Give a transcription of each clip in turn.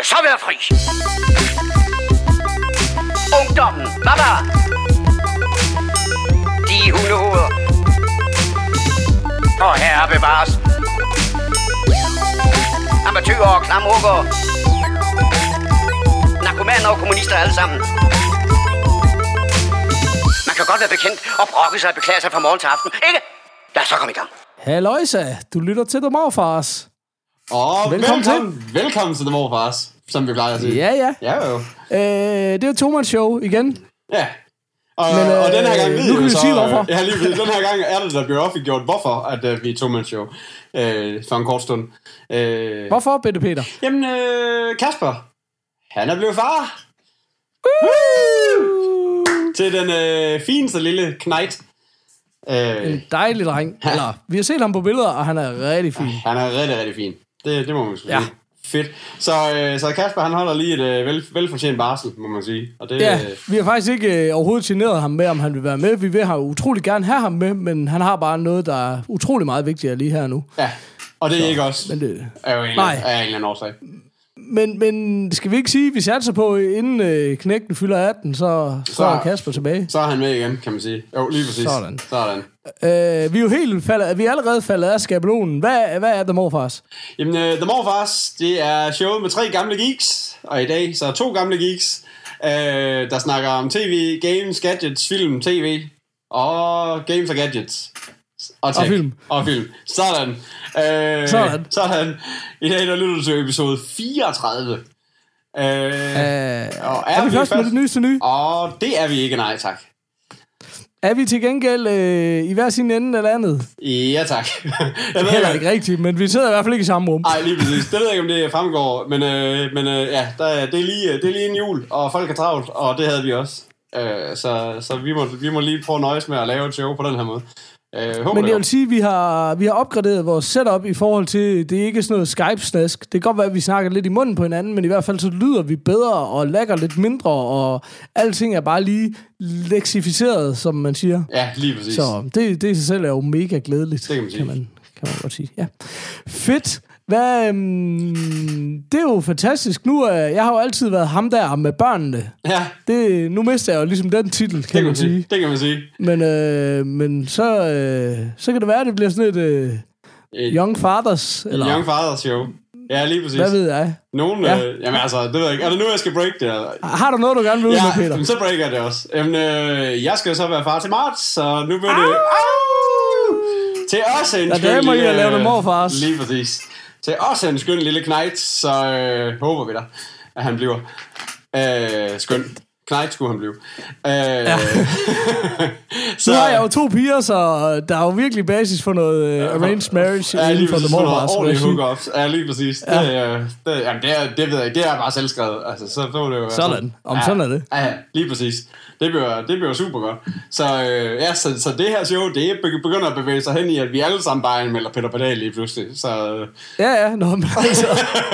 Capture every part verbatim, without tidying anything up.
jeg så være fri. Ungdommen, baba. De hundehoveder. Og herre bevares. Amatører og klamrukker. Narkomaner og kommunister alle sammen. Man kan godt være bekendt og brokke sig og beklage sig fra morgen til aften, ikke? Lad os så komme i gang. Halløjsa, du lytter til The Morfars. Og velkommen, velkommen til. Velkommen til The Morfars, som vi plejer at sige. Ja, ja. Ja, jo. Øh, det er jo to-mands-show igen. Ja. Og, Men, øh, og den her gang ved nu kan vi så, sige, hvorfor. Ja, lige den her gang er det, der bliver offentliggjort, hvorfor at, uh, vi er to-mands-show øh, for en kort stund. Øh, Hvorfor, Bette Peter? Jamen, øh, Kasper, han er blevet far. Uh! Til den øh, fineste lille knejt. Øh, En dejlig dreng. Ja. Eller, vi har set ham på billeder, og han er rigtig fin. Han er rigtig, rigtig fin. Det, det må man sige. Ja. Fedt. Så, øh, så Kasper, han holder lige et øh, vel, velfortjent barsel, må man sige. Og det, Ja, øh, vi har faktisk ikke øh, overhovedet generet ham med, om han vil være med. Vi vil have utrolig gerne have ham med, men han har bare noget, der er utrolig meget vigtigere lige her nu. ja, og det er Så, ikke os. Men det, Er jo en, Nej. af en eller anden årsag. Men, men skal vi ikke sige, at vi satser på, inden øh, knægten fylder atten, så, så, så er Kasper tilbage? Så er han med igen, kan man sige. Jo, lige præcis. Sådan. Sådan. Øh, vi er jo helt faldet, vi er allerede faldet af skabelonen. Hvad, hvad er The Morfars? Jamen, uh, The Morfars, det er showet med tre gamle geeks. Og i dag, så er to gamle geeks, uh, der snakker om tv, games, gadgets, film, tv og games og gadgets. Og, Og film. Og film. Sådan. Uh, Sådan. Sådan. I dag, der lytter du til episode fireogtredive. Uh, Øh, og er, er vi først med det nyeste nye? Og det er vi ikke, nej tak. Er vi til gengæld øh, i hver sin ende eller andet? Ja tak. Jeg Det er heller ikke rigtigt, men vi sidder i hvert fald ikke i samme rum. Nej, lige præcis. Det ved jeg ikke, om det fremgår. Men, øh, men øh, ja, der, er- det, er lige, det er lige en jul, og folk er travlt, og det havde vi også. Øh, så så vi, må, vi må lige prøve at nøjes med at lave et show på den her måde. Øh, håber Men det jeg går. vil sige, at vi har, vi har opgraderet vores setup i forhold til, det er ikke sådan noget Skype-snask. Det kan godt være, at vi snakker lidt i munden på hinanden, men i hvert fald så lyder vi bedre og lægger lidt mindre, og alting er bare lige leksificeret, som man siger. Ja, lige præcis. Så det, det i sig selv er jo mega glædeligt, Det kan man sige. kan man, kan man godt sige. Ja. Fedt. Hvad, øhm, det er jo fantastisk. Nu, øh, jeg har jo altid været ham der med børnene. Ja, Det, nu mister jeg jo ligesom den titel, det kan kan man man sige. sige. Det kan man sige. Men, øh, men så, øh, så kan det være, at det bliver sådan et øh, Et Young Fathers, eller Young Fathers show. Ja, lige præcis. hvad ved jeg. Nogen, Ja. ja. øh, jamen altså, det ved jeg ikke. Er det nu, jeg skal break det? Eller? Har du noget, du gerne vil ud Ja, med, Peter? jamen, så breaker jeg det også. Jamen, øh, jeg skal så være far til marts, så nu bliver det... Au! Til os en Der skøn damer i lille... at lave det morfars. Lige præcis. Til os en skøn lille knejt, så øh, håber vi da, at han bliver øh, skøn. Knejt skulle han blive. Øh, ja. Så nu har jeg jo to piger, så der er jo virkelig basis for noget øh, arranged marriage ja, inden lige for præcis The for noget Morfars. ordentligt regi. hook-ups. Ja, lige præcis. Ja. Det, øh, det, jamen, det, er, det ved jeg ikke. Det er bare selvskrevet. Altså, så, så må det jo være Sådan. Om ja, sådan er det. Ja, lige præcis. Det bliver, det bliver super godt. Så, øh, ja, så, så det her show, det begynder at bevæge sig hen i, at vi alle sammen bare anmelder Peter Pedal lige pludselig. Så, øh, Ja, ja. Nå, men altså,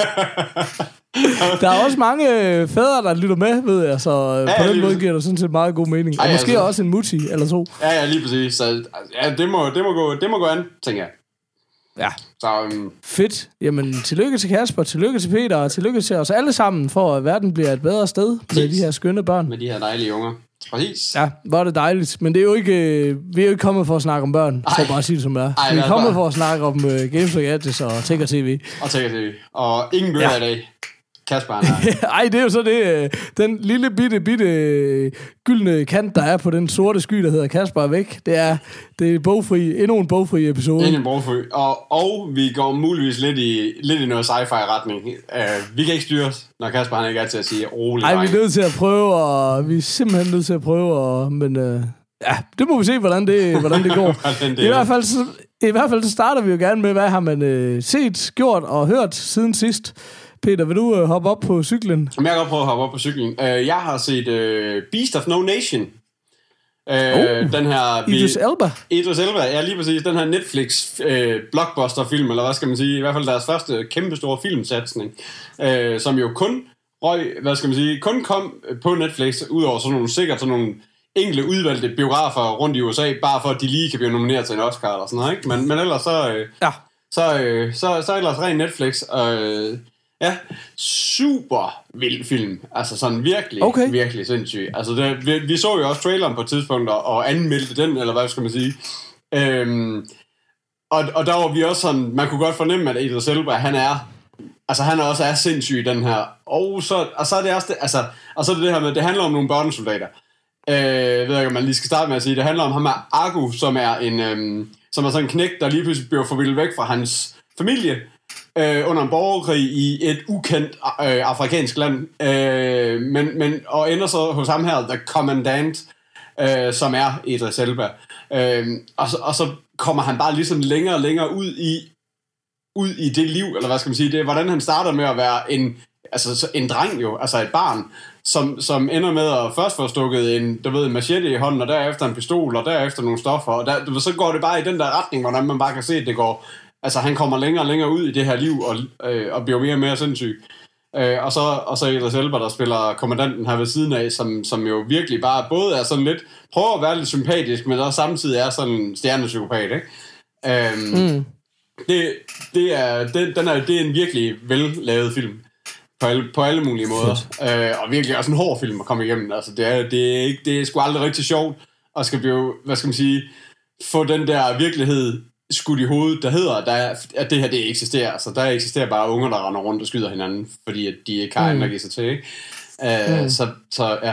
der er også mange øh, fædre, der lytter med, ved jeg, så øh, Ja, på ja, den lige måde præcis. giver det sådan set meget god mening. Og Ej, måske altså- også en mutti eller to. ja, ja, lige præcis. Så altså, ja, det må, det, må gå, det må gå an, tænker jeg. Ja. Så um, Fedt. Jamen, tillykke til Kasper, tillykke til Peter, og tillykke til os alle sammen, for at verden bliver et bedre sted med Præcis. de her skønne børn. med de her dejlige unger. Præcis. Ja, hvor er det dejligt. Men det er jo ikke, øh, vi er jo ikke kommet for at snakke om børn, for Ej. at bare sige det som det er. Ej, vi lad er os kommet bare- for at snakke om uh, games og gadgets og tech og tv. Og tænker til Og ingen bøger Ja. ja. i dag. Kasper, han er... Ej, det er jo så det, øh, den lille bitte, bitte øh, gyldne kant, der er på den sorte sky, der hedder Kasper er væk. Det er, det er bogfri, endnu en bogfri episode. Ingen brugfø. Og, og vi går muligvis lidt i, lidt i noget sci-fi-retning. Uh, vi kan ikke styre os, når Kasper han ikke er til at sige rolig. Ej, vi er nødt til at prøve, og vi er simpelthen nødt til at prøve, og, men øh, ja, det må vi se, hvordan det, hvordan det går. Hvordan det I er. hvert fald, så, I hvert fald så starter vi jo gerne med, hvad har man øh, set, gjort og hørt siden sidst. Peter, vil du øh, hoppe op på cyklen? Om jeg kan godt prøve at hoppe op på cyklen. Uh, jeg har set uh, Beast of No Nation. Uh, Oh, den her... Idris Elba. Idris Elba, ja lige præcis. Den her Netflix øh, blockbuster-film, eller hvad skal man sige, i hvert fald deres første kæmpestore filmsatsning, øh, som jo kun røg, hvad skal man sige, kun kom på Netflix, udover sådan nogle, sikkert sådan nogle enkelte udvalgte biografer rundt i U S A, bare for at de lige kan blive nomineret til en Oscar eller sådan noget, ikke? Men, men ellers så, øh, Ja. så, øh, så, så ellers ren Netflix, og, øh, Ja, super vild film. Altså sådan virkelig, okay. virkelig sindssyg. Altså det, vi, vi så jo også traileren på et tidspunkt og, og anmeldte den, eller hvad skal man sige. Øhm, og, og der var vi også sådan, man kunne godt fornemme, at Idris Elba, han er, altså han er også er sindssyg den her. Og så, og så er det også det, altså, og så er det det her med, det handler om nogle børnesoldater. Øh, jeg ved ikke, om man lige skal starte med at sige, det handler om ham af Argo, som er en, øhm, som er sådan en knægt, der lige pludselig bliver forvildet væk fra hans familie, øh, under en borgerkrig i et ukendt øh, afrikansk land, øh, men, men, og ender så hos ham her, The Commandant, øh, som er Idris Elba. Øh, og, så, og så kommer han bare ligesom længere og længere ud i, ud i det liv, eller hvad skal man sige, det er, hvordan han starter med at være en, altså en dreng jo, altså et barn, som, som ender med at først få stukket en, du ved, en machete i hånden, og derefter en pistol, og derefter nogle stoffer, og der, du ved, så går det bare i den der retning, hvordan man bare kan se, at det går, altså han kommer længere og længere ud i det her liv, og, øh, og bliver mere og mere sindssyg. Øh, og så og så Idris Elba, der spiller kommandanten her ved siden af, som, som jo virkelig bare både er sådan lidt, prøver at være lidt sympatisk, men også samtidig er sådan en stjernepsykopat, ikke? Øh, mm. det, det, er, det, den er, det er en virkelig vellavet film. På alle, på alle mulige måder. Øh, og virkelig også en hård film at komme igennem. Altså, det, er, det, er ikke, det er sgu aldrig rigtig sjovt, og skal blive, hvad skal man sige, få den der virkelighed skudt i hovedet, der hedder, der er, at det her, det eksisterer. Altså, der eksisterer bare unger, der render rundt og skyder hinanden, fordi at de ikke har mm. energi sig til, ikke? Øh, mm. Så, så, ja.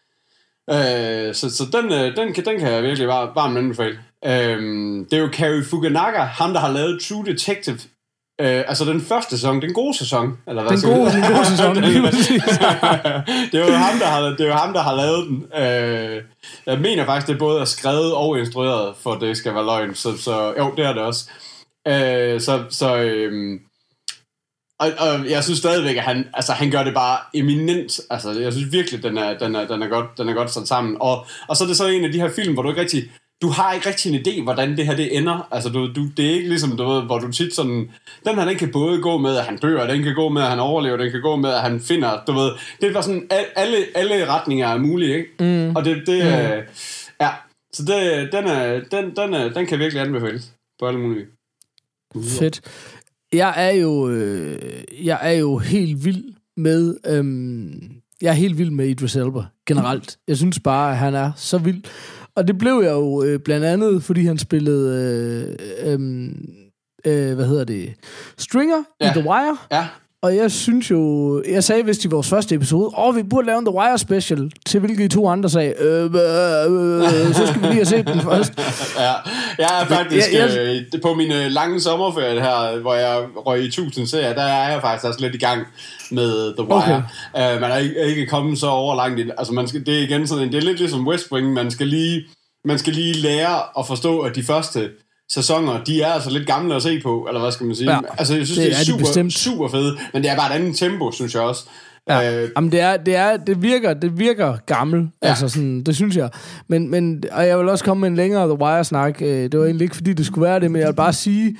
Øh, så, så den, den, den kan jeg virkelig bare varmt anbefale. Øh, det er jo Cary Fukunaga, ham, der har lavet True Detective. Uh, altså den første sæson, den gode sæson, eller hvad? Den gode, den gode sæson. det er jo ham, der har, det er jo ham, der har lavet den. Uh, jeg mener faktisk, det både er skrevet og instrueret, for det skal være løgn. Så, så jo, det er det også. Uh, så så um, og, og jeg synes stadigvæk, at han, altså, han gør det bare eminent. Altså, jeg synes virkelig, den er, den er, den er godt, den er godt sat sammen. Og, og så er det så en af de her film, hvor du ikke rigtig du har ikke rigtig en idé, hvordan det her det ender. Altså, du, du, det er ikke ligesom, du ved, hvor du tit sådan, den her, den kan både gå med, at han dør, den kan gå med, at han overlever, den kan gå med, at han finder, du ved, det var sådan, alle, alle retninger er mulige, ikke? Mm. Og det, det mm. øh, ja, så det, den, er, den, den, er, den kan virkelig anbefales på alle mulige. Fedt. Jeg er jo, øh, jeg er jo helt vild med, øhm, jeg er helt vild med Idris Elba, generelt. Jeg synes bare, at han er så vild. Og det blev jeg jo øh, blandt andet, fordi han spillede, øh, øh, øh, hvad hedder det, Stringer ja. i The Wire. Ja. Og jeg synes jo, jeg sagde vist i vores første episode, åh, oh, vi burde lave en The Wire special, til hvilke I to andre sagde, øh, øh, øh, så skal vi lige have set den først. Ja, jeg er faktisk, ja, jeg... Øh, på mine lange sommerferie her, hvor jeg røg i tusind serier, der er jeg faktisk også lidt i gang med The Wire. Okay. Uh, man er ikke, ikke kommet så overlangt i, altså man skal, det er igen sådan, det er lidt ligesom West Wing, man skal lige, man skal lige lære at forstå, at de første sæsoner, de er altså lidt gamle at se på, eller hvad skal man sige? Ja, altså, jeg synes, det, det er, er super, de super fede, men det er bare et andet tempo, synes jeg også. Ja. Øh, Jamen, det, er, det, er, det, virker, det virker gammel, ja. Altså sådan, det synes jeg. Men, men, og jeg vil også komme med en længere The Wire-snak. Det var egentlig ikke, fordi det skulle være det, men jeg vil bare sige,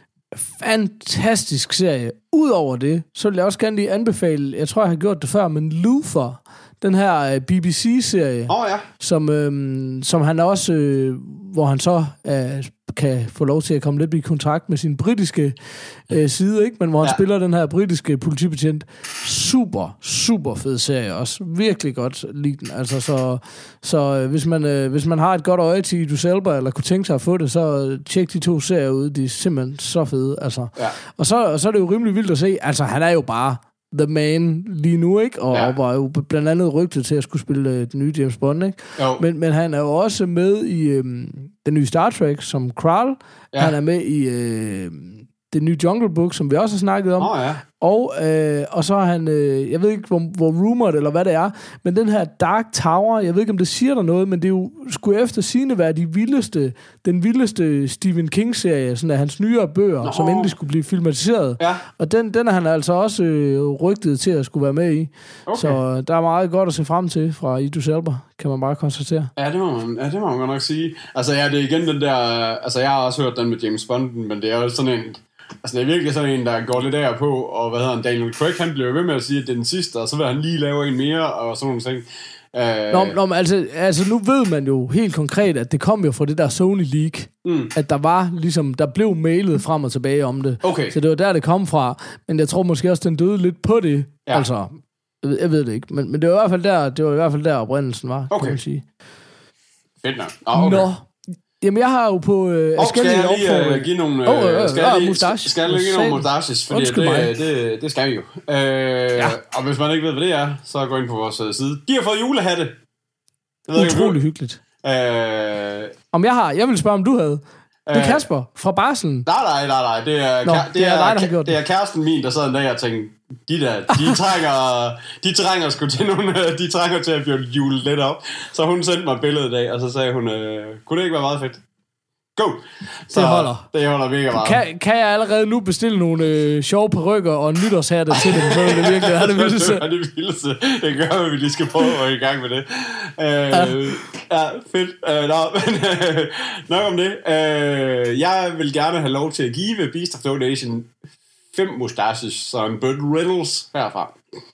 fantastisk serie. Udover det, så vil jeg også gerne lige anbefale, jeg tror, jeg har gjort det før, men Luther, den her B B C-serie, oh, ja. som, øhm, som han også, øh, hvor han så øh, kan få lov til at komme lidt i kontakt med sin britiske øh, side, ikke? Men hvor han ja. spiller den her britiske politibetjent. Super, super fed serie også. Virkelig godt lide den. Altså, så så øh, hvis, man, øh, hvis man har et godt øje til Idris Elba, eller kunne tænke sig at få det, så tjek de to serier ud. De er simpelthen så fede. Altså. Ja. Og, så, og så er det jo rimelig vildt at se. Altså, han er jo bare the man lige nu, ikke? Og, ja. og var jo blandt andet rygtet til at skulle spille øh, den nye James Bond, ikke? Men, men han er jo også med i øh, den nye Star Trek som Krall. Ja. Han er med i øh, det nye Jungle Book, som vi også har snakket om. Oh, ja. Og, øh, og så er han, øh, jeg ved ikke, hvor, hvor rumored eller hvad det er, men den her Dark Tower, jeg ved ikke, om det siger der noget, men det er jo, skulle efter sigende være de vildeste, den vildeste Stephen King-serie, sådan af hans nyere bøger, Nå. som endelig skulle blive filmatiseret. Ja. Og den, den er han altså også øh, rygtet til at skulle være med i. Okay. Så der er meget godt at se frem til fra Idris Elba, kan man bare konstatere. Ja, det må man, ja, det må man godt nok sige. Altså, ja, det er igen den der, altså, jeg har også hørt den med James Bond, men det er jo sådan en, altså det er virkelig sådan en, der går lidt af på, og hvad hedder han, Daniel Craig, han bliver ved med at sige, at det er den sidste, og så vil han lige lave en mere, og sådan nogle ting. Øh, Nå, nå, men altså, altså, nu ved man jo helt konkret, at det kom jo fra det der Sony Leak. Mm. At der var ligesom, der blev mailet frem og tilbage om det. Okay. Så det var der, det kom fra. Men jeg tror måske også, den døde lidt på det. Ja. Altså, jeg ved, jeg ved det ikke. Men, men det var i hvert fald der, det var i hvert fald der oprindelsen var, okay. kan man sige. Fedt nok. Oh, okay. Nå. Jamen, jeg har jo på øh, oh, skal jeg lige uh, give nogle... Oh, øh, øh, skal, jeg lige, mustache. skal jeg lige give nogle mustaches? Fordi det, det, det skal vi jo. Uh, ja. Og hvis man ikke ved, hvad det er, så gå ind på vores uh, side. De har fået julehatte. Utrolig hyggeligt. Uh, om jeg har... Jeg vil spørge, om du havde... Det er Kasper fra Barselen. Nej, nej, nej, nej. Det er, Nå, det, det, er, er dig, det er kæresten min, der sad en dag og tænkte, de der, de trænger, de trænger sgu til nogle, de trænger til at blive julet lidt op. Så hun sendte mig et billede i dag, og så sagde hun, øh, kunne det ikke være meget fedt? Go! Så det holder. Det holder mega meget. Kan, kan jeg allerede nu bestille nogle øh, sjove perukker og nytårshatte til dem, så er det virkelig er det vildeste. Det er det vildeste. Det gør, at vi lige skal prøve at gå i gang med det. Øh, ja. ja, fedt. Øh, nå, men øh, nok om det. Øh, jeg vil gerne have lov til at give Beast of Donation fem mustaches, så en Burt Reynolds herfra.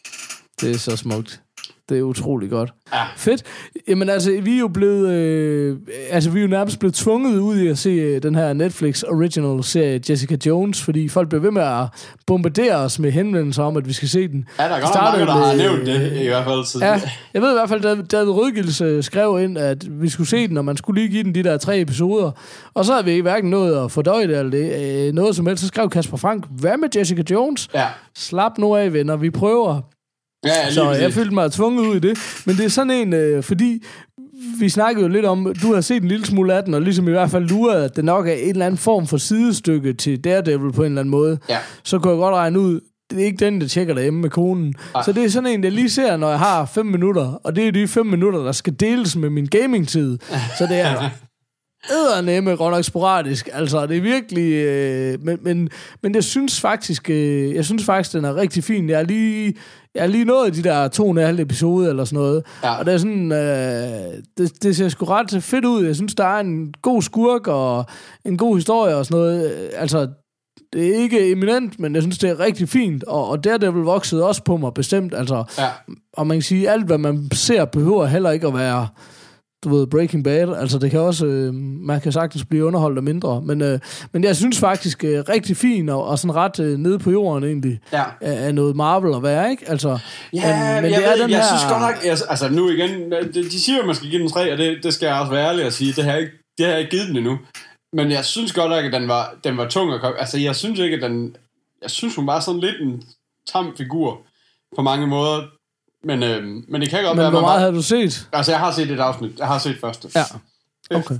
Det er så smukt. Det er utrolig godt. Ja. Fedt. Jamen altså, vi er jo blevet... Øh, altså, vi er jo nærmest blevet tvunget ud i at se øh, den her Netflix original serie Jessica Jones, fordi folk bliver ved med at bombardere os med henvendelser om, at vi skal se den. Ja, der er godt mange, der med, har nævnt det, i hvert fald. Ja, jeg ved i hvert fald, at David Rødgils øh, skrev ind, at vi skulle se den, og man skulle lige give den de der tre episoder. Og så har vi ikke hverken nået at fordøje det, eller det. Øh, noget som helst. Så skrev Kasper Frank, hvad med Jessica Jones? Ja. Slap nu af, venner. Vi prøver... Ja, så jeg følte mig tvunget ud i det. Men det er sådan en, øh, fordi vi snakkede jo lidt om, du har set en lille smule af den, og ligesom i hvert fald luret, at det nok er en eller anden form for sidestykke til Daredevil på en eller anden måde. Ja. Så kunne jeg godt regne ud, det er ikke den, der tjekker derhjemme med konen. Ej. Så det er sådan en, jeg lige ser, når jeg har fem minutter, og det er de fem minutter, der skal deles med min gaming-tid. Så det er... eddernemme godt nok sporadisk. Altså, det er virkelig... Øh, men, men, men jeg synes faktisk... Øh, jeg synes faktisk, den er rigtig fin. Jeg er lige... Jeg er lige nået de der to og en halv episode eller sådan noget. Ja. Og det er sådan... Øh, det, det ser sgu ret fedt ud. Jeg synes, der er en god skurk og en god historie og sådan noget. Altså, det er ikke eminent, men jeg synes, det er rigtig fint. Og, og Daredevil voksede også på mig bestemt. Altså, ja. Og man kan sige, alt hvad man ser, behøver heller ikke at være... du ved, Breaking Bad, altså det kan også, øh, man kan sagtens blive underholdt af mindre, men, øh, men jeg synes faktisk øh, rigtig fint, og, og sådan ret øh, nede på jorden egentlig, ja. af, af noget Marvel at være, ikke? Altså, ja, øh, men jeg, det er ved, den jeg her... synes godt nok, jeg, altså nu igen, de, de siger jo, at man skal give den tre, og det, det skal jeg også være ærlig at sige, det har jeg ikke, det har jeg ikke givet den endnu, men jeg synes godt nok, at den var, den var tung at komme, altså jeg synes ikke, at den, jeg synes hun var sådan lidt en tam figur, på mange måder. Men, øh, men det kan godt men være... hvor meget bare... har du set? Altså, jeg har set et afsnit. Jeg har set første. Ja, okay.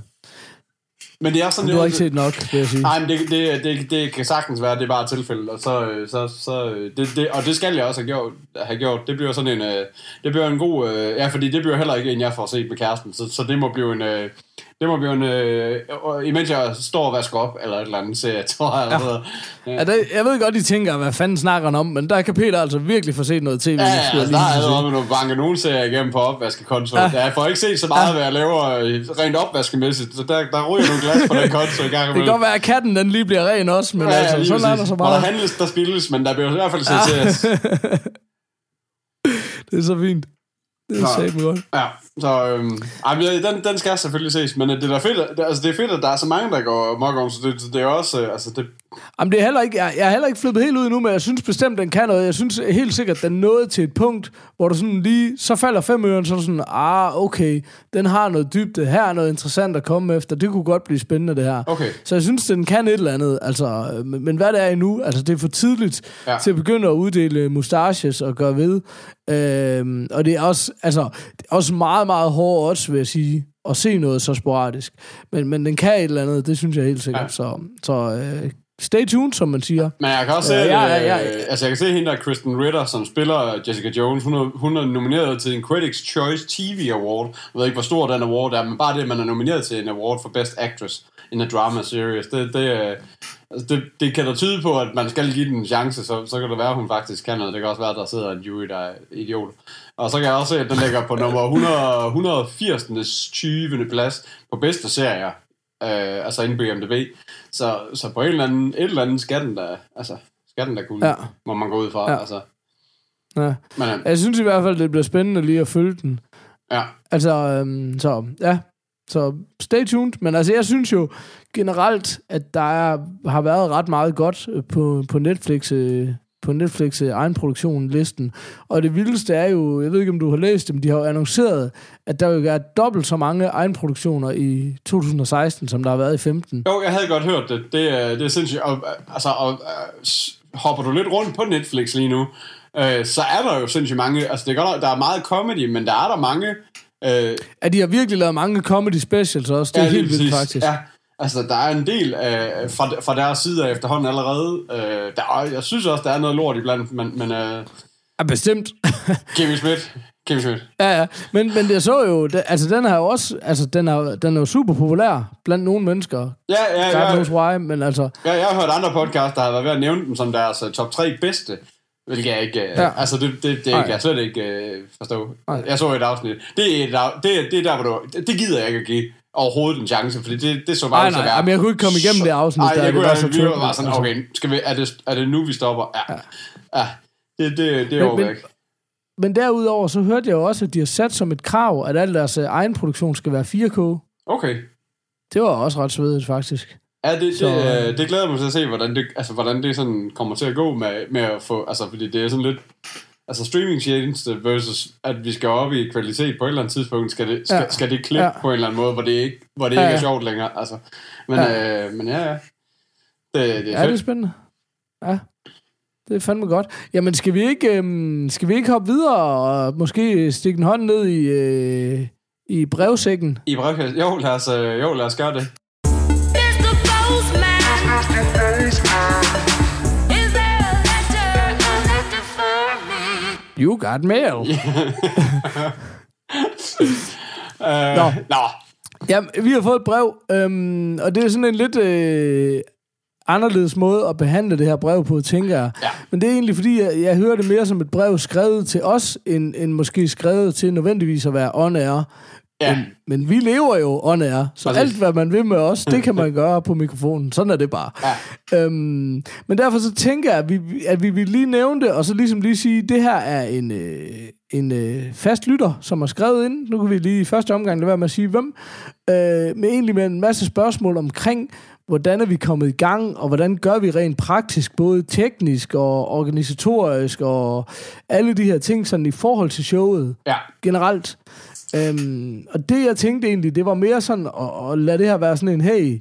Men det er sådan... Men du har ikke set nok, vil jeg sige. Nej, men det, det, det, det kan sagtens være, det er bare et tilfælde. Og, så, så, så, det, det, og det skal jeg også have gjort. Have gjort. Det bliver sådan en... Det bliver en god... Ja, fordi det bliver heller ikke en, jeg får set med kæresten. Så, så det må blive en... Det må blive en... Øh, imens jeg står og vasker op, eller et eller andet, så jeg tror jeg... Ja. Ja. Ja, det, jeg ved godt, de tænker, hvad fanden snakker han om, men der kan Peter altså virkelig få set noget tv. Ja, ja, altså, der er jo nogle banke nogen serier igennem på opvaskekonto. Ja. Jeg får ikke set så meget, hvad jeg laver rent opvaskemæssigt, så der, der ryger nogle glas på den konto i gang. Det kan godt være, at katten den lige bliver ren også, men ja, altså, sådan er der så meget. Og der handles, der spilles, men der bliver i hvert fald set ja. Det er så fint. Det er satme godt. Ja, så øhm, den, den skal selvfølgelig ses, men det er fedt, det, altså det er fedt, at der er så mange, der går mok om, så det, det er også, altså det... Jamen det er heller ikke, jeg, jeg er heller ikke flippet helt ud nu, men jeg synes bestemt, den kan noget. Jeg synes helt sikkert, den nåede til et punkt, hvor du sådan lige, så falder fem øren, så er sådan, ah, okay, den har noget dybde, her er noget interessant at komme efter, det kunne godt blive spændende det her. Okay. Så jeg synes, den kan et eller andet, altså, men, men hvad det er endnu, altså det er for tidligt ja. til at begynde at uddele mustaches og gøre ved. Øhm, og det er også, altså, det er også meget, meget hårdt odds, vil jeg sige, at se noget så sporadisk. Men, men den kan et eller andet, det synes jeg helt sikkert. Ja. Så, så øh, stay tuned, som man siger. Men jeg kan også se, øh, ja, ja, ja. Øh, altså jeg kan se hende der, Kristen Ritter, som spiller Jessica Jones, hun er, hun er nomineret til en Critics' Choice T V Award. Jeg ved ikke, hvor stor den award er, men bare det, man er nomineret til en award for Best Actress in a Drama Series, det, det, altså det, det kan da tyde på, at man skal give den en chance, så, så kan det være, at hun faktisk kan noget. Det kan også være, at der sidder en jury, der er idiot. Og så kan jeg også se, at den ligger på nummer hundrede, et hundrede og firs. tyvende plads på bedste serier, øh, altså inde på I M D B. Så, så på en eller anden, et eller andet skal den der, altså, skal den der kunne, ja. Må man gå ud fra. Ja. Altså. Ja. Men, øh, jeg synes i hvert fald, det bliver spændende lige at følge den. Ja. Altså, øhm, så, ja. Så stay tuned. Men altså, jeg synes jo generelt, at der er, har været ret meget godt på, på Netflix, øh, på Netflix øh, egenproduktion-listen. Og det vildeste er jo, jeg ved ikke, om du har læst dem, de har jo annonceret, at der vil være dobbelt så mange egenproduktioner i to tusind og seksten, som der har været i femten. Jo, jeg havde godt hørt det. Det er, det er sindssygt. Og, altså, og, hopper du lidt rundt på Netflix lige nu, øh, så er der jo sindssygt mange, altså det er godt, der er meget comedy, men der er der mange... Øh, ja, de har virkelig lavet mange comedy specials også. Det er ja, helt vildt, faktisk. Ja, altså der er en del øh, fra, fra deres side af efterhånden allerede. Øh, der er, jeg synes også, der er noget lort iblandt, men... men øh, ja, bestemt. Kevin Smith. Kevin Smith. Ja, ja. Men, men det så jo... Det, altså, den er jo også... Altså, den er, den er jo super populær blandt nogle mennesker. Ja, ja, God ja. knows why, men altså... Ja, jeg har hørt andre podcasts, der har været ved at nævne dem som deres uh, top tre bedste. Hvilket jeg ikke... Uh, ja. Altså, det, det, det kan jeg slet ikke uh, forstå. Ej. Jeg så et afsnit. Det er, et, det, er, det er der, hvor du... Det gider jeg ikke at give overhovedet en chance, fordi det, det så bare nej, nej, nej, men jeg kunne ikke komme igennem det afsnit. Nej, jeg kunne ikke. Vi var sådan, okay, skal vi, er, det, er det nu, vi stopper? Ja. Ja, ja det, det, det er overvæk. Men, men derudover, så hørte jeg jo også, at de har sat som et krav, at al deres egen produktion skal være fire K. Okay. Det var også ret svedigt, faktisk. Ja, det, så, det, øh, det glæder mig til at se, hvordan det, altså, hvordan det sådan kommer til at gå med, med at få... Altså, fordi det er sådan lidt... Altså, streaming-tjeneste versus, at vi skal op i kvalitet på et eller andet tidspunkt, skal det, skal, ja. skal det klippe ja. på en eller anden måde, hvor det ikke, hvor det ja, ikke er sjovt længere. Altså. Men, ja. Øh, men ja, ja. Det, det er ja, fedt. det er spændende. Ja. Det er fandme godt. Jamen, skal vi ikke, øhm, skal vi ikke hoppe videre og måske stikke en hånd ned i, øh, i brevsækken? I brevsækken? Jo, lad os, øh, jo, lad os gøre det. You got mail. uh, Nå. Nå. Jamen, vi har fået et brev, øhm, og det er sådan en lidt... Øh, anderledes måde at behandle det her brev på, tænker jeg. Ja. Men det er egentlig, fordi jeg, jeg hører det mere som et brev skrevet til os, end, end måske skrevet til nødvendigvis at være on-air. Ja. Men, men vi lever jo on-air, så Præcis. alt, hvad man vil med os, det kan man gøre på mikrofonen. Sådan er det bare. Ja. Øhm, men derfor så tænker jeg, at vi, at vi vil lige nævne det, og så ligesom lige sige, at det her er en, øh, en øh, fast lytter, som har skrevet ind. Nu kan vi lige i første omgang lade være med at sige, hvem. Øh, med egentlig med en masse spørgsmål omkring, hvordan er vi kommet i gang, og hvordan gør vi rent praktisk, både teknisk og organisatorisk, og alle de her ting sådan i forhold til showet ja. generelt. Øhm, og det, jeg tænkte egentlig, det var mere sådan at, at lade det her være sådan en, hey,